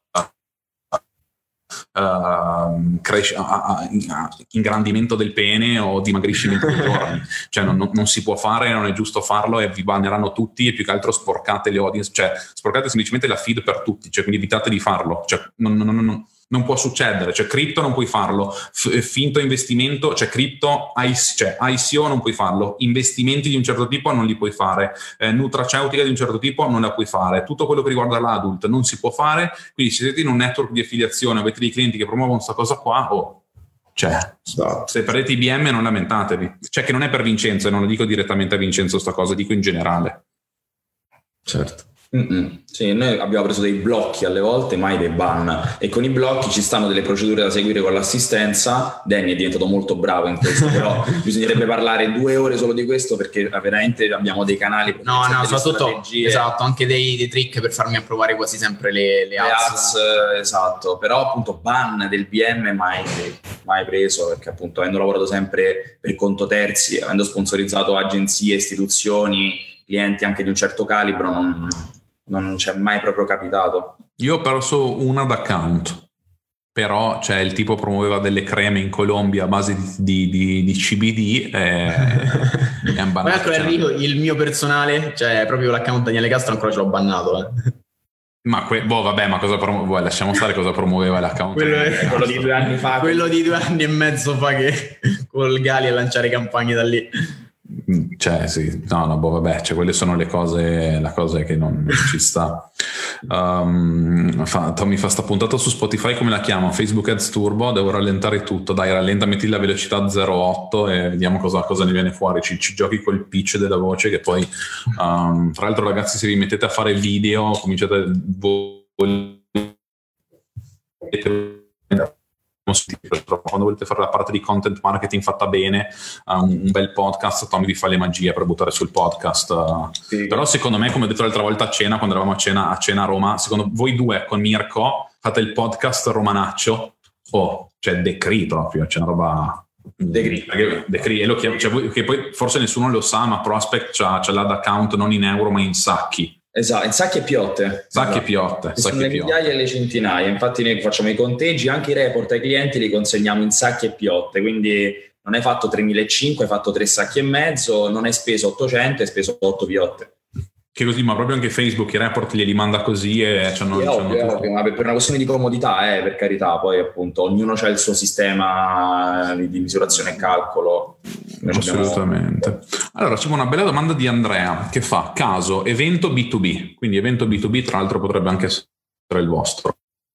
Uh, cresce, uh, uh, ingrandimento del pene o dimagriscimento dei giorni, cioè non, non si può fare, non è giusto farlo e vi banneranno tutti, e più che altro sporcate le audience, cioè sporcate semplicemente la feed per tutti, cioè quindi evitate di farlo, cioè non, non, non, non può succedere, cioè cripto non puoi farlo, F- finto investimento, cioè cripto, cioè I C O non puoi farlo, investimenti di un certo tipo non li puoi fare, eh, nutraceutica di un certo tipo non la puoi fare, tutto quello che riguarda l'adult non si può fare. Quindi se siete in un network di affiliazione, avete dei clienti che promuovono questa cosa qua, oh, cioè se perdete i B M non lamentatevi, cioè che non è per Vincenzo, e non lo dico direttamente a Vincenzo sta cosa, dico in generale. Certo. Mm-mm. Sì, noi abbiamo preso dei blocchi alle volte, mai dei ban, e con i blocchi ci stanno delle procedure da seguire con l'assistenza. Danny è diventato molto bravo in questo, però bisognerebbe parlare due ore solo di questo, perché veramente abbiamo dei canali, no no soprattutto esatto, anche dei, dei trick per farmi approvare quasi sempre le, le, le ads, esatto. Però appunto ban del B M mai, mai preso, perché appunto avendo lavorato sempre per conto terzi, avendo sponsorizzato agenzie, istituzioni, clienti anche di un certo calibro, non non c'è mai proprio capitato. Io ho perso un ad account, però cioè, il tipo promuoveva delle creme in Colombia a base di, di, di C B D e, e poi ecco Enrico, il mio personale, cioè proprio l'account Daniele Castro ancora ce l'ho bannato, eh. Ma que- boh, vabbè, ma cosa promuoveva? Lasciamo stare cosa promuoveva l'account. Quello, è, quello di due anni fa, quello di due anni e mezzo fa, che col Gali a lanciare campagne da lì. Cioè sì, no, no, boh, vabbè, cioè, quelle sono le cose, la cosa che non ci sta. Um, fa, Tommy fa sta puntata su Spotify, come la chiamo? Facebook Ads Turbo, devo rallentare tutto, dai, rallenta, metti la velocità zero virgola otto e vediamo cosa, cosa ne viene fuori. Ci, ci giochi col pitch della voce, che poi um, tra l'altro ragazzi, se vi mettete a fare video, cominciate voi quando volete fare la parte di content marketing fatta bene, uh, un, un bel podcast, Tommy vi fa le magie per buttare sul podcast, uh, sì. Però secondo me, come ho detto l'altra volta a cena, quando eravamo a cena a, cena a Roma, secondo voi due con Mirko fate il podcast romanaccio, oh, cioè decri proprio, c'è una roba decri, decri e lo chiamo, cioè, che poi forse nessuno lo sa, ma Prospect c'ha, c'ha l'ad account non in euro ma in sacchi. Esatto, in sacchi e piotte. Sacchi esatto. e piotte. Sono le migliaia e le centinaia. Infatti noi facciamo i conteggi, anche i report ai clienti li consegniamo in sacchi e piotte, quindi non hai fatto tremilacinquecento, hai fatto tre sacchi e mezzo, non hai speso ottocento, hai speso otto piotte. Che così, ma proprio anche Facebook i report glieli manda così e c'hanno, sì, c'hanno ovvio, tutto. Ovvio, ma per una questione di comodità, eh, per carità, poi appunto ognuno ha il suo sistema di, di misurazione e calcolo. Noi assolutamente. Abbiamo... Allora c'è una bella domanda di Andrea che fa: caso evento B due B, quindi evento B due B tra l'altro potrebbe anche essere il vostro.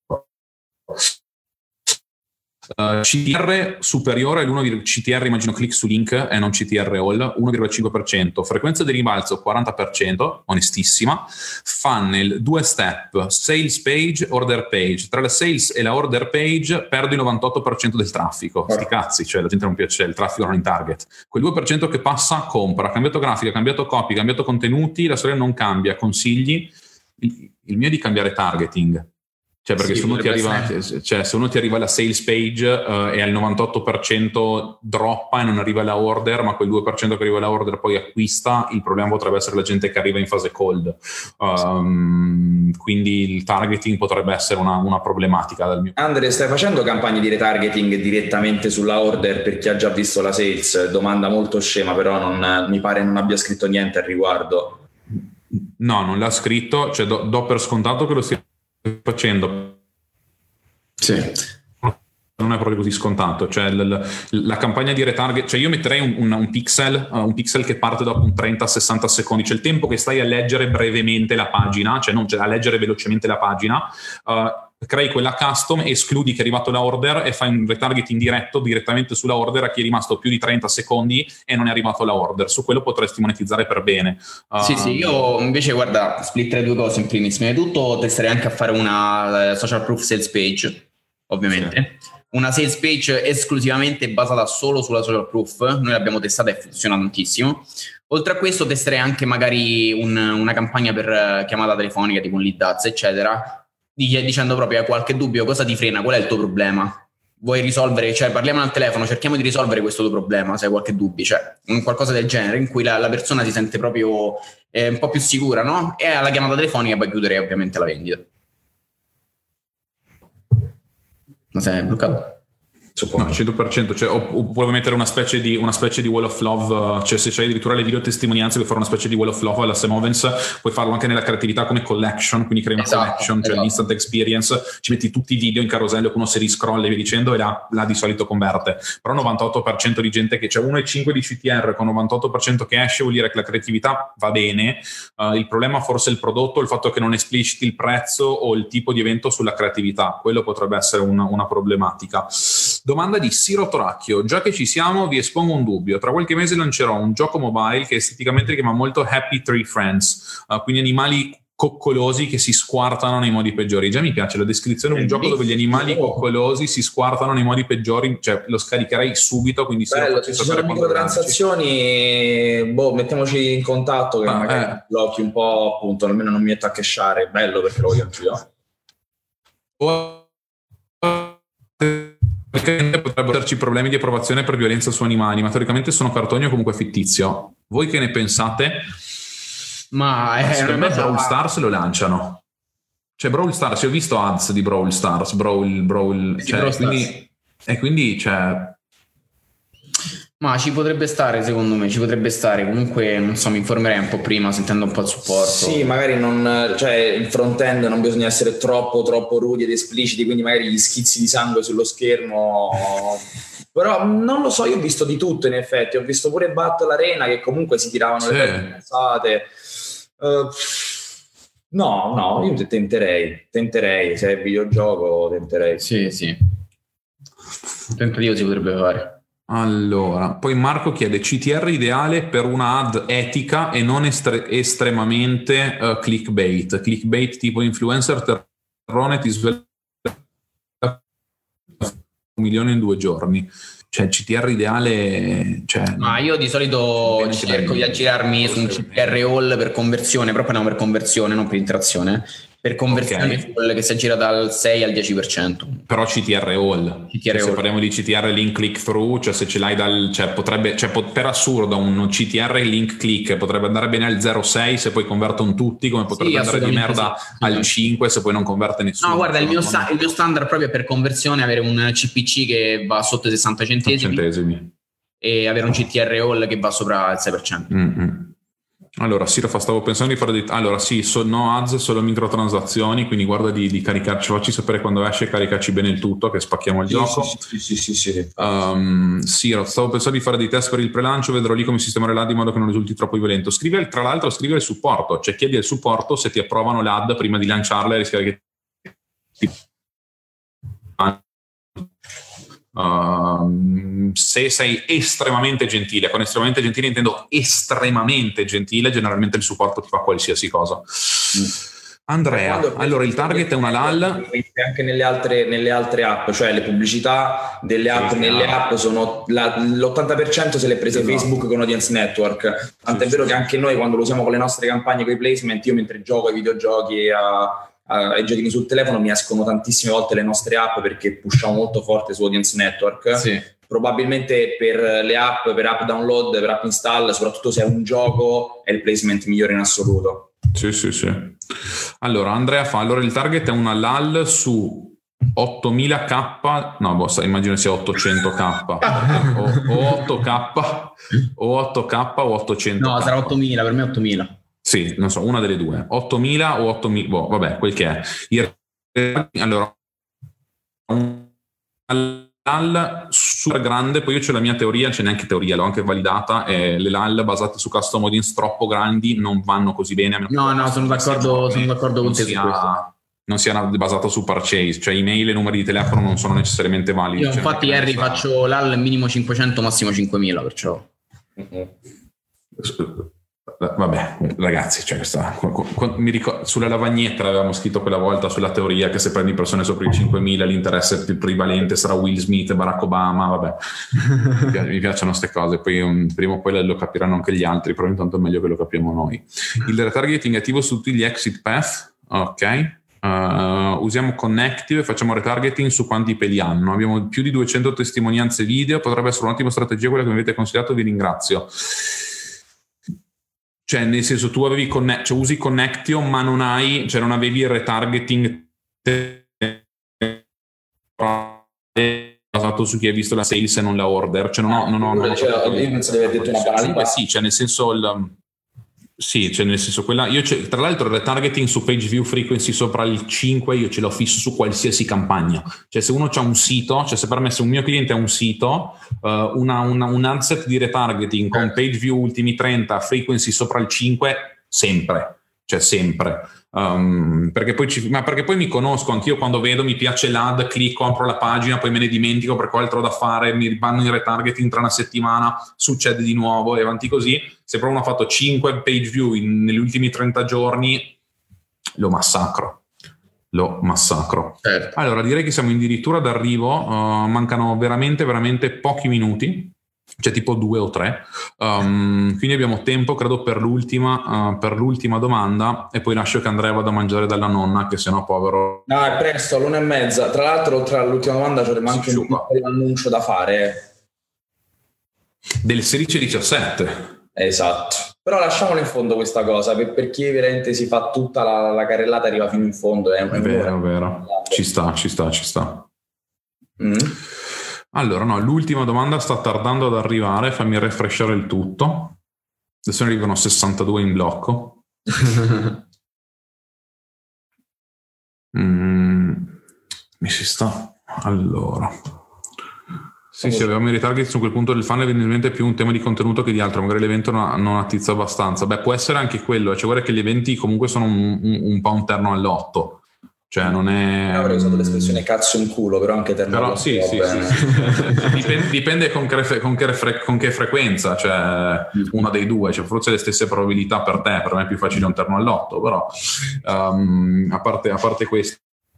Uh, C T R superiore all'uno C T R, immagino click su link e non C T R all, uno virgola cinque per cento, frequenza di rimbalzo quaranta per cento, onestissima, funnel, due step, sales page, order page, tra la sales e la order page perdo il novantotto per cento del traffico, sti cazzi, cioè la gente non piace, il traffico non in target, quel due per cento che passa compra, cambiato grafica, cambiato copy, cambiato contenuti, la storia non cambia, consigli, il, il mio è di cambiare targeting. Cioè perché sì, se, uno ti arriva, cioè, se uno ti arriva alla sales page uh, e al novantotto per cento droppa e non arriva alla order, ma quel due per cento che arriva alla order poi acquista, il problema potrebbe essere la gente che arriva in fase cold. Um, sì. Quindi il targeting potrebbe essere una, una problematica dal mio. Andre, stai facendo campagne di retargeting direttamente sulla order per chi ha già visto la sales? Domanda molto scema, però non, mi pare non abbia scritto niente al riguardo. No, non l'ha scritto, cioè do, do per scontato che lo stia facendo, sì, non è proprio così scontato, cioè l- l- la campagna di retarget, cioè io metterei un, un, un pixel uh, un pixel che parte dopo un trenta sessanta secondi, cioè il tempo che stai a leggere brevemente la pagina, cioè non cioè a leggere velocemente la pagina, uh, crei quella custom, escludi che è arrivato la order e fai un retargeting diretto direttamente sulla order a chi è rimasto più di trenta secondi e non è arrivato la order. Su quello potresti monetizzare per bene. Uh, sì, sì, io invece guarda, splitterei due cose in primis. Prima di tutto testerei anche a fare una uh, social proof sales page, ovviamente. Sì. Una sales page esclusivamente basata solo sulla social proof. Noi l'abbiamo testata e funziona tantissimo. Oltre a questo testerei anche magari un, una campagna per uh, chiamata telefonica tipo un lead ads, eccetera, dicendo proprio: hai qualche dubbio, cosa ti frena, qual è il tuo problema, vuoi risolvere, cioè parliamo al telefono, cerchiamo di risolvere questo tuo problema, se hai qualche dubbio, cioè un qualcosa del genere in cui la, la persona si sente proprio eh, un po' più sicura, no? E alla chiamata telefonica poi chiuderei ovviamente la vendita. Ma sei bloccato? No, cento per cento, cioè, o, o puoi mettere una specie di una specie di wall of love, cioè se c'hai addirittura le video testimonianze puoi fare una specie di wall of love alla Sam Ovens, puoi farlo anche nella creatività come collection, quindi crei una esatto, collection, esatto. Cioè l'instant experience, ci metti tutti i video in carosello che uno si riscrolla e via dicendo e là, là di solito converte, però novantotto per cento di gente che c'è cioè uno virgola cinque di C T R con novantotto per cento che esce vuol dire che la creatività va bene, uh, il problema forse è il prodotto, il fatto che non espliciti il prezzo o il tipo di evento sulla creatività, quello potrebbe essere una, una problematica. Domanda di Siro Toracchio: già che ci siamo vi espongo un dubbio, tra qualche mese lancerò un gioco mobile che esteticamente chiama molto Happy Tree Friends, uh, quindi animali coccolosi che si squartano nei modi peggiori. Già mi piace la descrizione, un gioco dove gli animali coccolosi si squartano nei modi peggiori, cioè lo scaricherei subito, quindi bello, se ci sono microtransazioni, boh, mettiamoci in contatto che ah, magari eh. blocchi un po', appunto, almeno non mi metto a cashare, bello perché lo voglio anch'io. Perché potrebbero esserci problemi di approvazione per violenza su animali, ma teoricamente sono cartoni o comunque fittizio. Voi che ne pensate? Ma è secondo me Brawl Stars lo lanciano. Cioè Brawl Stars, io ho visto ads di Brawl Stars, Brawl, Brawl, cioè, Brawl quindi, Stars. E quindi cioè ma ci potrebbe stare, secondo me, ci potrebbe stare. Comunque, non so, mi informerei un po' prima, sentendo un po' il supporto. Sì, magari non, cioè il front-end non bisogna essere troppo, troppo rudi ed espliciti, quindi magari gli schizzi di sangue sullo schermo. Però non lo so, io ho visto di tutto in effetti. Ho visto pure Battle Arena che comunque si tiravano sì. le pensate. Uh, no, no, io tenterei, tenterei. Se è videogioco, tenterei. Sì, sì. Un tentativo si potrebbe fare. Allora, poi Marco chiede C T R ideale per una ad etica e non estre- estremamente uh, clickbait. Clickbait tipo influencer terrone ti svela un milione in due giorni. Cioè C T R ideale, cioè, ma io di solito cerco di aggirarmi su un C T R all per conversione, proprio no, per conversione, non per interazione. Per conversione okay. Full che si aggira dal sei al dieci per cento. Però C T R all, C T R all. Se parliamo di C T R link click through, cioè se ce l'hai dal, cioè potrebbe, cioè per assurdo un C T R link click potrebbe andare bene al zero virgola sei se poi convertono tutti, come potrebbe sì, andare di merda sì. al cinque se poi non converte nessuno. No, guarda, il mio, sta- il mio standard proprio per conversione è avere un C P C che va sotto i sessanta centesimi, centesimi e avere un C T R all che va sopra il sei per cento. Mm-hmm. Allora sì, lo fa, stavo pensando di fare di... allora sì, so, no ads, solo microtransazioni, quindi guarda di, di caricarci, facci sapere quando esce, caricarci bene il tutto, che spacchiamo il sì, gioco. Sì, sì, sì, sì, sì. Um, sì, stavo pensando di fare dei test per il prelancio, vedrò lì come sistemare l'ad in modo che non risulti troppo violento. Scrive, tra l'altro scrive il supporto, cioè chiedi al supporto se ti approvano l'ad prima di lanciarla e rischiare che ti... Uh, se sei estremamente gentile, con estremamente gentile intendo estremamente gentile, generalmente il supporto ti fa qualsiasi cosa. Mm. Andrea, allora il target è una L A L anche nelle altre, nelle altre app, cioè le pubblicità delle app sì, nelle no. app sono la, l'ottanta per cento se le prese esatto. Facebook con Audience Network, tant'è sì, vero sì. che anche noi quando lo usiamo con le nostre campagne, con i placement, io mentre gioco ai videogiochi a ai giochini sul telefono mi escono tantissime volte le nostre app perché pushiamo molto forte su Audience Network. Sì. Probabilmente per le app, per app download, per app install, soprattutto se è un gioco, è il placement migliore in assoluto. Sì, sì, sì. Allora Andrea fa, allora il target è una L A L su ottomila K, no, boh, immagino sia ottocento K o, o otto K o otto K o ottocento K. No, sarà ottomila, per me è ottomila. Sì, non so, una delle due, ottomila o ottomila, boh, vabbè, quel che è. Il, allora, un L A L super grande, poi io c'ho la mia teoria, c'è neanche teoria, l'ho anche validata, eh, le L A L basate su custom audience troppo grandi non vanno così bene. A meno no, no, sono d'accordo, sono d'accordo con te su questo. Non sia basato su purchase, cioè email e numeri di telefono non sono necessariamente validi. Io infatti Harry faccio l'A L minimo cinquecento, massimo cinquemila, perciò... Mm-hmm. Vabbè, ragazzi, cioè questa, mi ricordo, sulla lavagnetta avevamo scritto quella volta sulla teoria che se prendi persone sopra i cinquemila l'interesse più prevalente sarà Will Smith e Barack Obama. Vabbè, mi piacciono queste cose, poi um, prima o poi lo capiranno anche gli altri, però intanto è meglio che lo capiamo noi. Il retargeting è attivo su tutti gli exit path, ok. Uh, usiamo Connective e facciamo retargeting su quanti peli hanno. Abbiamo più di duecento testimonianze video, potrebbe essere un'ottima strategia quella che mi avete consigliato, vi ringrazio. Cioè nel senso tu avevi connect, cioè usi Connectio ma non hai, cioè non avevi il retargeting basato su chi ha visto la sales e non la order, cioè non ho, non ho, non ho cioè, io penso di aver detto una banalità. Sì, cioè nel senso il, sì, cioè nel senso quella io tra l'altro il retargeting su page view frequency sopra il cinque io ce l'ho fisso su qualsiasi campagna, cioè se uno c'ha un sito, cioè se per me se un mio cliente ha un sito uh, una, una, un adset di retargeting con page view ultimi trenta frequency sopra il cinque sempre, cioè sempre um, perché poi ci, ma perché poi mi conosco anch'io, quando vedo mi piace l'ad, clicco, apro la pagina, poi me ne dimentico perché ho altro da fare, mi vanno in retargeting tra una settimana, succede di nuovo e avanti così. Se proprio uno ha fatto cinque page view in, negli ultimi trenta giorni lo massacro. Lo massacro. Certo. Allora, direi che siamo addirittura d'arrivo, uh, mancano veramente, veramente pochi minuti, cioè tipo due o tre, um, quindi abbiamo tempo, credo, per l'ultima, uh, per l'ultima domanda, e poi lascio che Andrea vada a mangiare dalla nonna, che sennò povero... No, è presto, all'una e mezza. Tra l'altro, oltre all'ultima domanda, c'è anche un piccolo annuncio da fare. Del sedici diciassette. Esatto. Però lasciamolo in fondo questa cosa, per, per chi veramente si fa tutta la, la carrellata, arriva fino in fondo. È, è vero, è vero. Ci sta, ci sta, ci sta. Mm. Allora, no, l'ultima domanda sta tardando ad arrivare, fammi refreshare il tutto. Adesso ne arrivano sessantadue in blocco. mm, mi si sta... Allora... Sì, sì, avevamo i retarget su quel punto del funnel, evidentemente più un tema di contenuto che di altro, magari l'evento non, non attizza abbastanza. Beh, può essere anche quello, cioè guarda che gli eventi comunque sono un, un, un po' un terno all'otto, cioè non è... Avrei usato l'espressione cazzo in culo, però anche terno però all'otto. Sì, sì, sì. dipende, dipende con, che, con, che fre, con che frequenza, cioè una dei due, cioè forse le stesse probabilità per te, per me è più facile un terno all'otto, però um, a parte, a parte questo...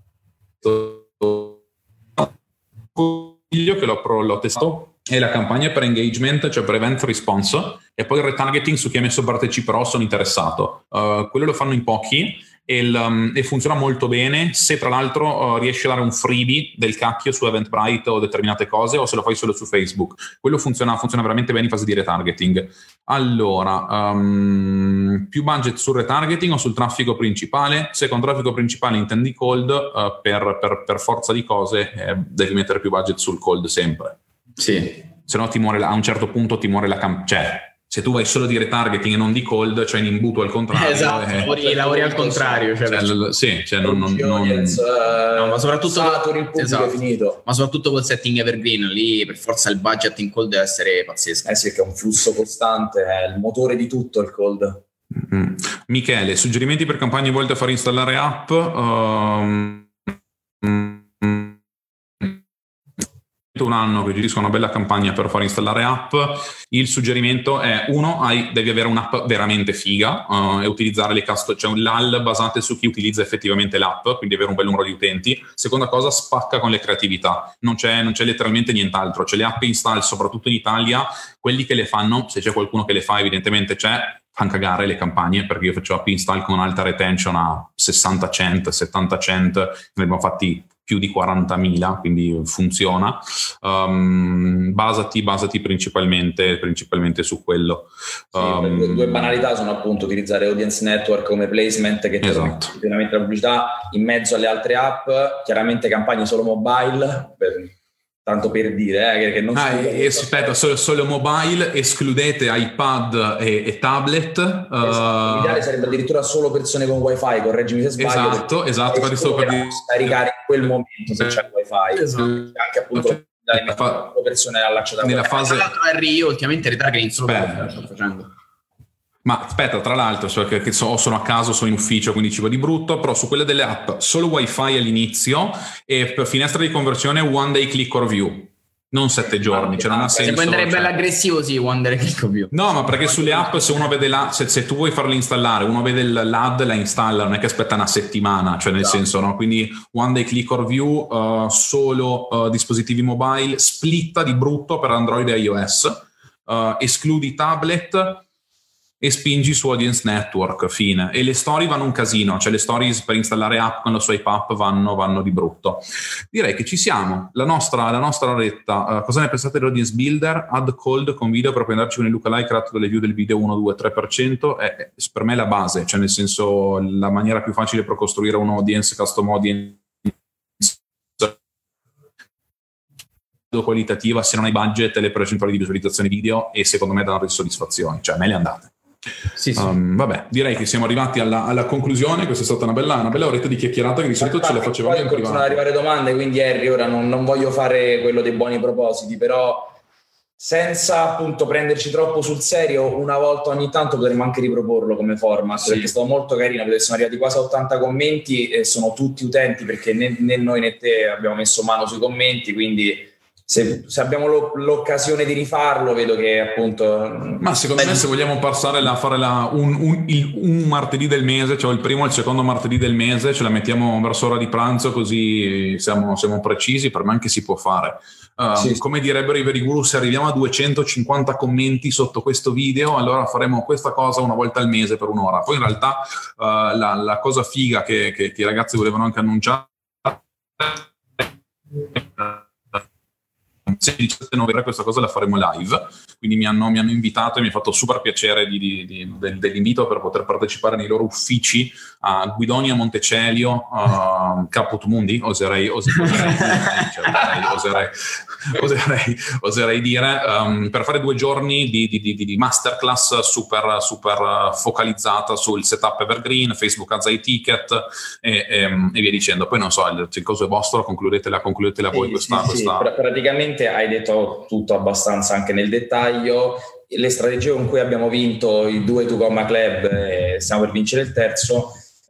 che l'ho, l'ho testato è la campagna per engagement, cioè per event response, e poi il retargeting su chi ha messo parteciperò sono interessato. Uh, quello lo fanno in pochi e, il, um, e funziona molto bene se tra l'altro uh, riesci a dare un freebie del cacchio su Eventbrite o determinate cose, o se lo fai solo su Facebook. Quello funziona, funziona veramente bene in fase di retargeting. Allora, um, più budget sul retargeting o sul traffico principale? Se con traffico principale intendi cold, uh, per, per, per forza di cose eh, devi mettere più budget sul cold sempre. Sì. Se no ti muore la, a un certo punto ti muore la campagna. Cioè, se tu vai solo di retargeting e non di cold, cioè in imbuto al contrario. Esatto, eh, lavori, lavori al contrario. Cioè, cioè, l- sì, cioè non... non, non... No, ma soprattutto saturi il pubblico, esatto, finito. Ma soprattutto col setting evergreen, lì per forza il budget in cold deve essere pazzesco. Eh sì, che è un flusso costante, è il motore di tutto il cold. Mm. Michele, suggerimenti per campagne volte a far installare app? Um, un anno che gestisco una bella campagna per far installare app. Il suggerimento è: uno, hai, devi avere un'app veramente figa uh, e utilizzare le custom, cioè l'A L basate su chi utilizza effettivamente l'app, quindi avere un bel numero di utenti. Seconda cosa, spacca con le creatività, non c'è, non c'è letteralmente nient'altro, c'è le app install, soprattutto in Italia, quelli che le fanno, se c'è qualcuno che le fa evidentemente c'è, fanno cagare le campagne, perché io faccio app install con alta retention a sessanta cent, settanta cent, ne abbiamo fatti più di quarantamila, quindi funziona. Um, basati, basati principalmente, principalmente su quello. Sì, um, due, due banalità sono appunto utilizzare Audience Network come placement, che esatto. Ovviamente la pubblicità in mezzo alle altre app, chiaramente campagne solo mobile, per, tanto per dire eh, che, che non ah, e, aspetta, solo, solo mobile, escludete iPad e, e tablet. Esatto. L'ideale uh, sarebbe addirittura solo persone con wifi, correggimi se sbaglio. Esatto, esatto, per questo per dire... scaricare in quel momento se c'è il wifi. Esatto. Anche appunto nella, fa... persone allacciate nella fase. Tra l'altro Harry, io ultimamente retargeting solo per sto facendo. Ma aspetta, tra l'altro, so che so, sono a caso, sono in ufficio, quindi ci va di brutto, però su quelle delle app solo wifi all'inizio e per finestra di conversione one day click or view, non sette giorni, cioè non ha senso. Se puoi andare cioè... bello aggressivo, sì, one day click or view. No, ma perché sulle app se uno vede la, se, se tu vuoi farle installare, uno vede l'A D, la installa, non è che aspetta una settimana, cioè nel esatto. senso, no? Quindi one day click or view, uh, solo uh, dispositivi mobile, splitta di brutto per Android e iOS, uh, escludi tablet e spingi su Audience Network, fine. E le storie vanno un casino, cioè le stories per installare app con la swipe up vanno, vanno di brutto. Direi che ci siamo, la nostra, la nostra oretta. Uh, cosa ne pensate dell'Audience Builder? Add cold con video per poi andarci con il lookalike creato dalle view del video uno, due, tre per cento è, è per me la base, cioè nel senso la maniera più facile per costruire un audience, custom audience qualitativa, se non hai budget, le percentuali di visualizzazione video, e secondo me danno soddisfazioni, cioè me le andate. Sì, sì. Um, vabbè, direi che siamo arrivati alla, alla conclusione. Questa è stata una bella, una bella oretta di chiacchierata che di solito ce la facevamo in privato. Continuano ad arrivare domande, quindi Harry, ora non, non voglio fare quello dei buoni propositi, però senza appunto prenderci troppo sul serio, una volta ogni tanto potremmo anche riproporlo come format, sì. Perché è stato molto carino, perché sono arrivati quasi a ottanta commenti e sono tutti utenti, perché né, né noi né te abbiamo messo mano sui commenti, quindi se, se abbiamo lo, l'occasione di rifarlo, vedo che appunto... Ma secondo beh, me se vogliamo passare a fare la, un, un, il, un martedì del mese, cioè il primo e il secondo martedì del mese, ce la mettiamo verso ora di pranzo, così siamo, siamo precisi, per me anche si può fare. Uh, sì. Come direbbero i Very Guru, se arriviamo a duecentocinquanta commenti sotto questo video, allora faremo questa cosa una volta al mese per un'ora. Poi in realtà uh, la, la cosa figa che, che, che i ragazzi volevano anche annunciare, diciassette novembre questa cosa la faremo live, quindi mi hanno, mi hanno invitato e mi ha fatto super piacere di, di, di, del, dell'invito per poter partecipare nei loro uffici a Guidonia Montecelio, uh, Caput Mundi, oserei, oserei, oserei, oserei, oserei, oserei dire, um, per fare due giorni di, di, di, di masterclass super, super focalizzata sul setup evergreen, Facebook Ads ai ticket e, e, e via dicendo. Poi non so, il, il coso è vostro, concludetela, concludetela voi sì, questa, sì, questa... Sì. Praticamente hai detto tutto abbastanza anche nel dettaglio. Le strategie con cui abbiamo vinto i due To Comma Club e stiamo per vincere il terzo,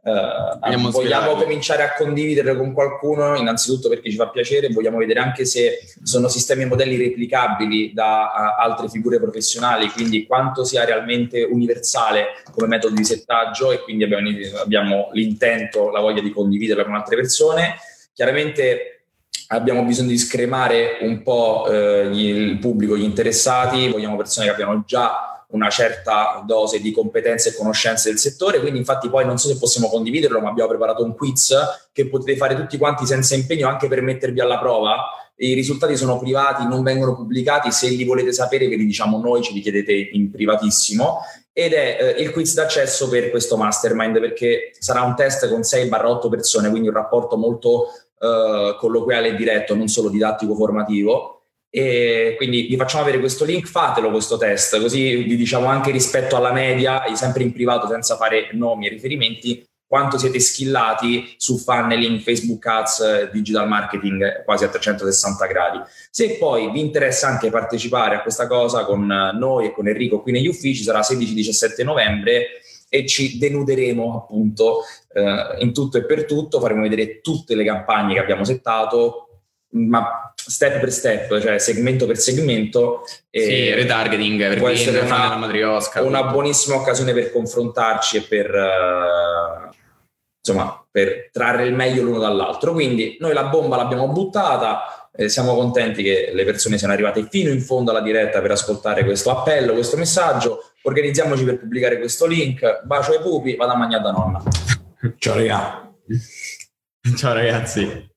eh, vogliamo svelare. Cominciare a condividerle con qualcuno, innanzitutto perché ci fa piacere, vogliamo vedere anche se sono sistemi e modelli replicabili da uh, altre figure professionali, quindi quanto sia realmente universale come metodo di settaggio, e quindi abbiamo, abbiamo l'intento, la voglia di condividerla con altre persone. Chiaramente abbiamo bisogno di scremare un po' eh, il pubblico, gli interessati, vogliamo persone che abbiano già una certa dose di competenze e conoscenze del settore, quindi infatti poi non so se possiamo condividerlo, ma abbiamo preparato un quiz che potete fare tutti quanti senza impegno, anche per mettervi alla prova. I risultati sono privati, non vengono pubblicati, se li volete sapere ve li diciamo noi, ce li chiedete in privatissimo, ed è eh, il quiz d'accesso per questo mastermind, perché sarà un test con sei otto persone, quindi un rapporto molto Uh, colloquiale e diretto, non solo didattico formativo, e quindi vi facciamo avere questo link, fatelo questo test, così vi diciamo anche rispetto alla media, sempre in privato senza fare nomi e riferimenti, quanto siete skillati su funneling, Facebook Ads, digital marketing quasi a trecentosessanta gradi. Se poi vi interessa anche partecipare a questa cosa con noi e con Enrico qui negli uffici, sarà sedici diciassette novembre e ci denuderemo appunto eh, in tutto e per tutto, faremo vedere tutte le campagne che abbiamo settato, ma step per step, cioè segmento per segmento. Sì, retargeting, per può essere una, una, matriosca, una buonissima occasione per confrontarci e per uh, insomma per trarre il meglio l'uno dall'altro. Quindi noi la bomba l'abbiamo buttata, eh, siamo contenti che le persone siano arrivate fino in fondo alla diretta per ascoltare questo appello, questo messaggio. Organizziamoci per pubblicare questo link. Bacio ai pupi, vado a mangiare da nonna. Ciao raga. Ciao ragazzi.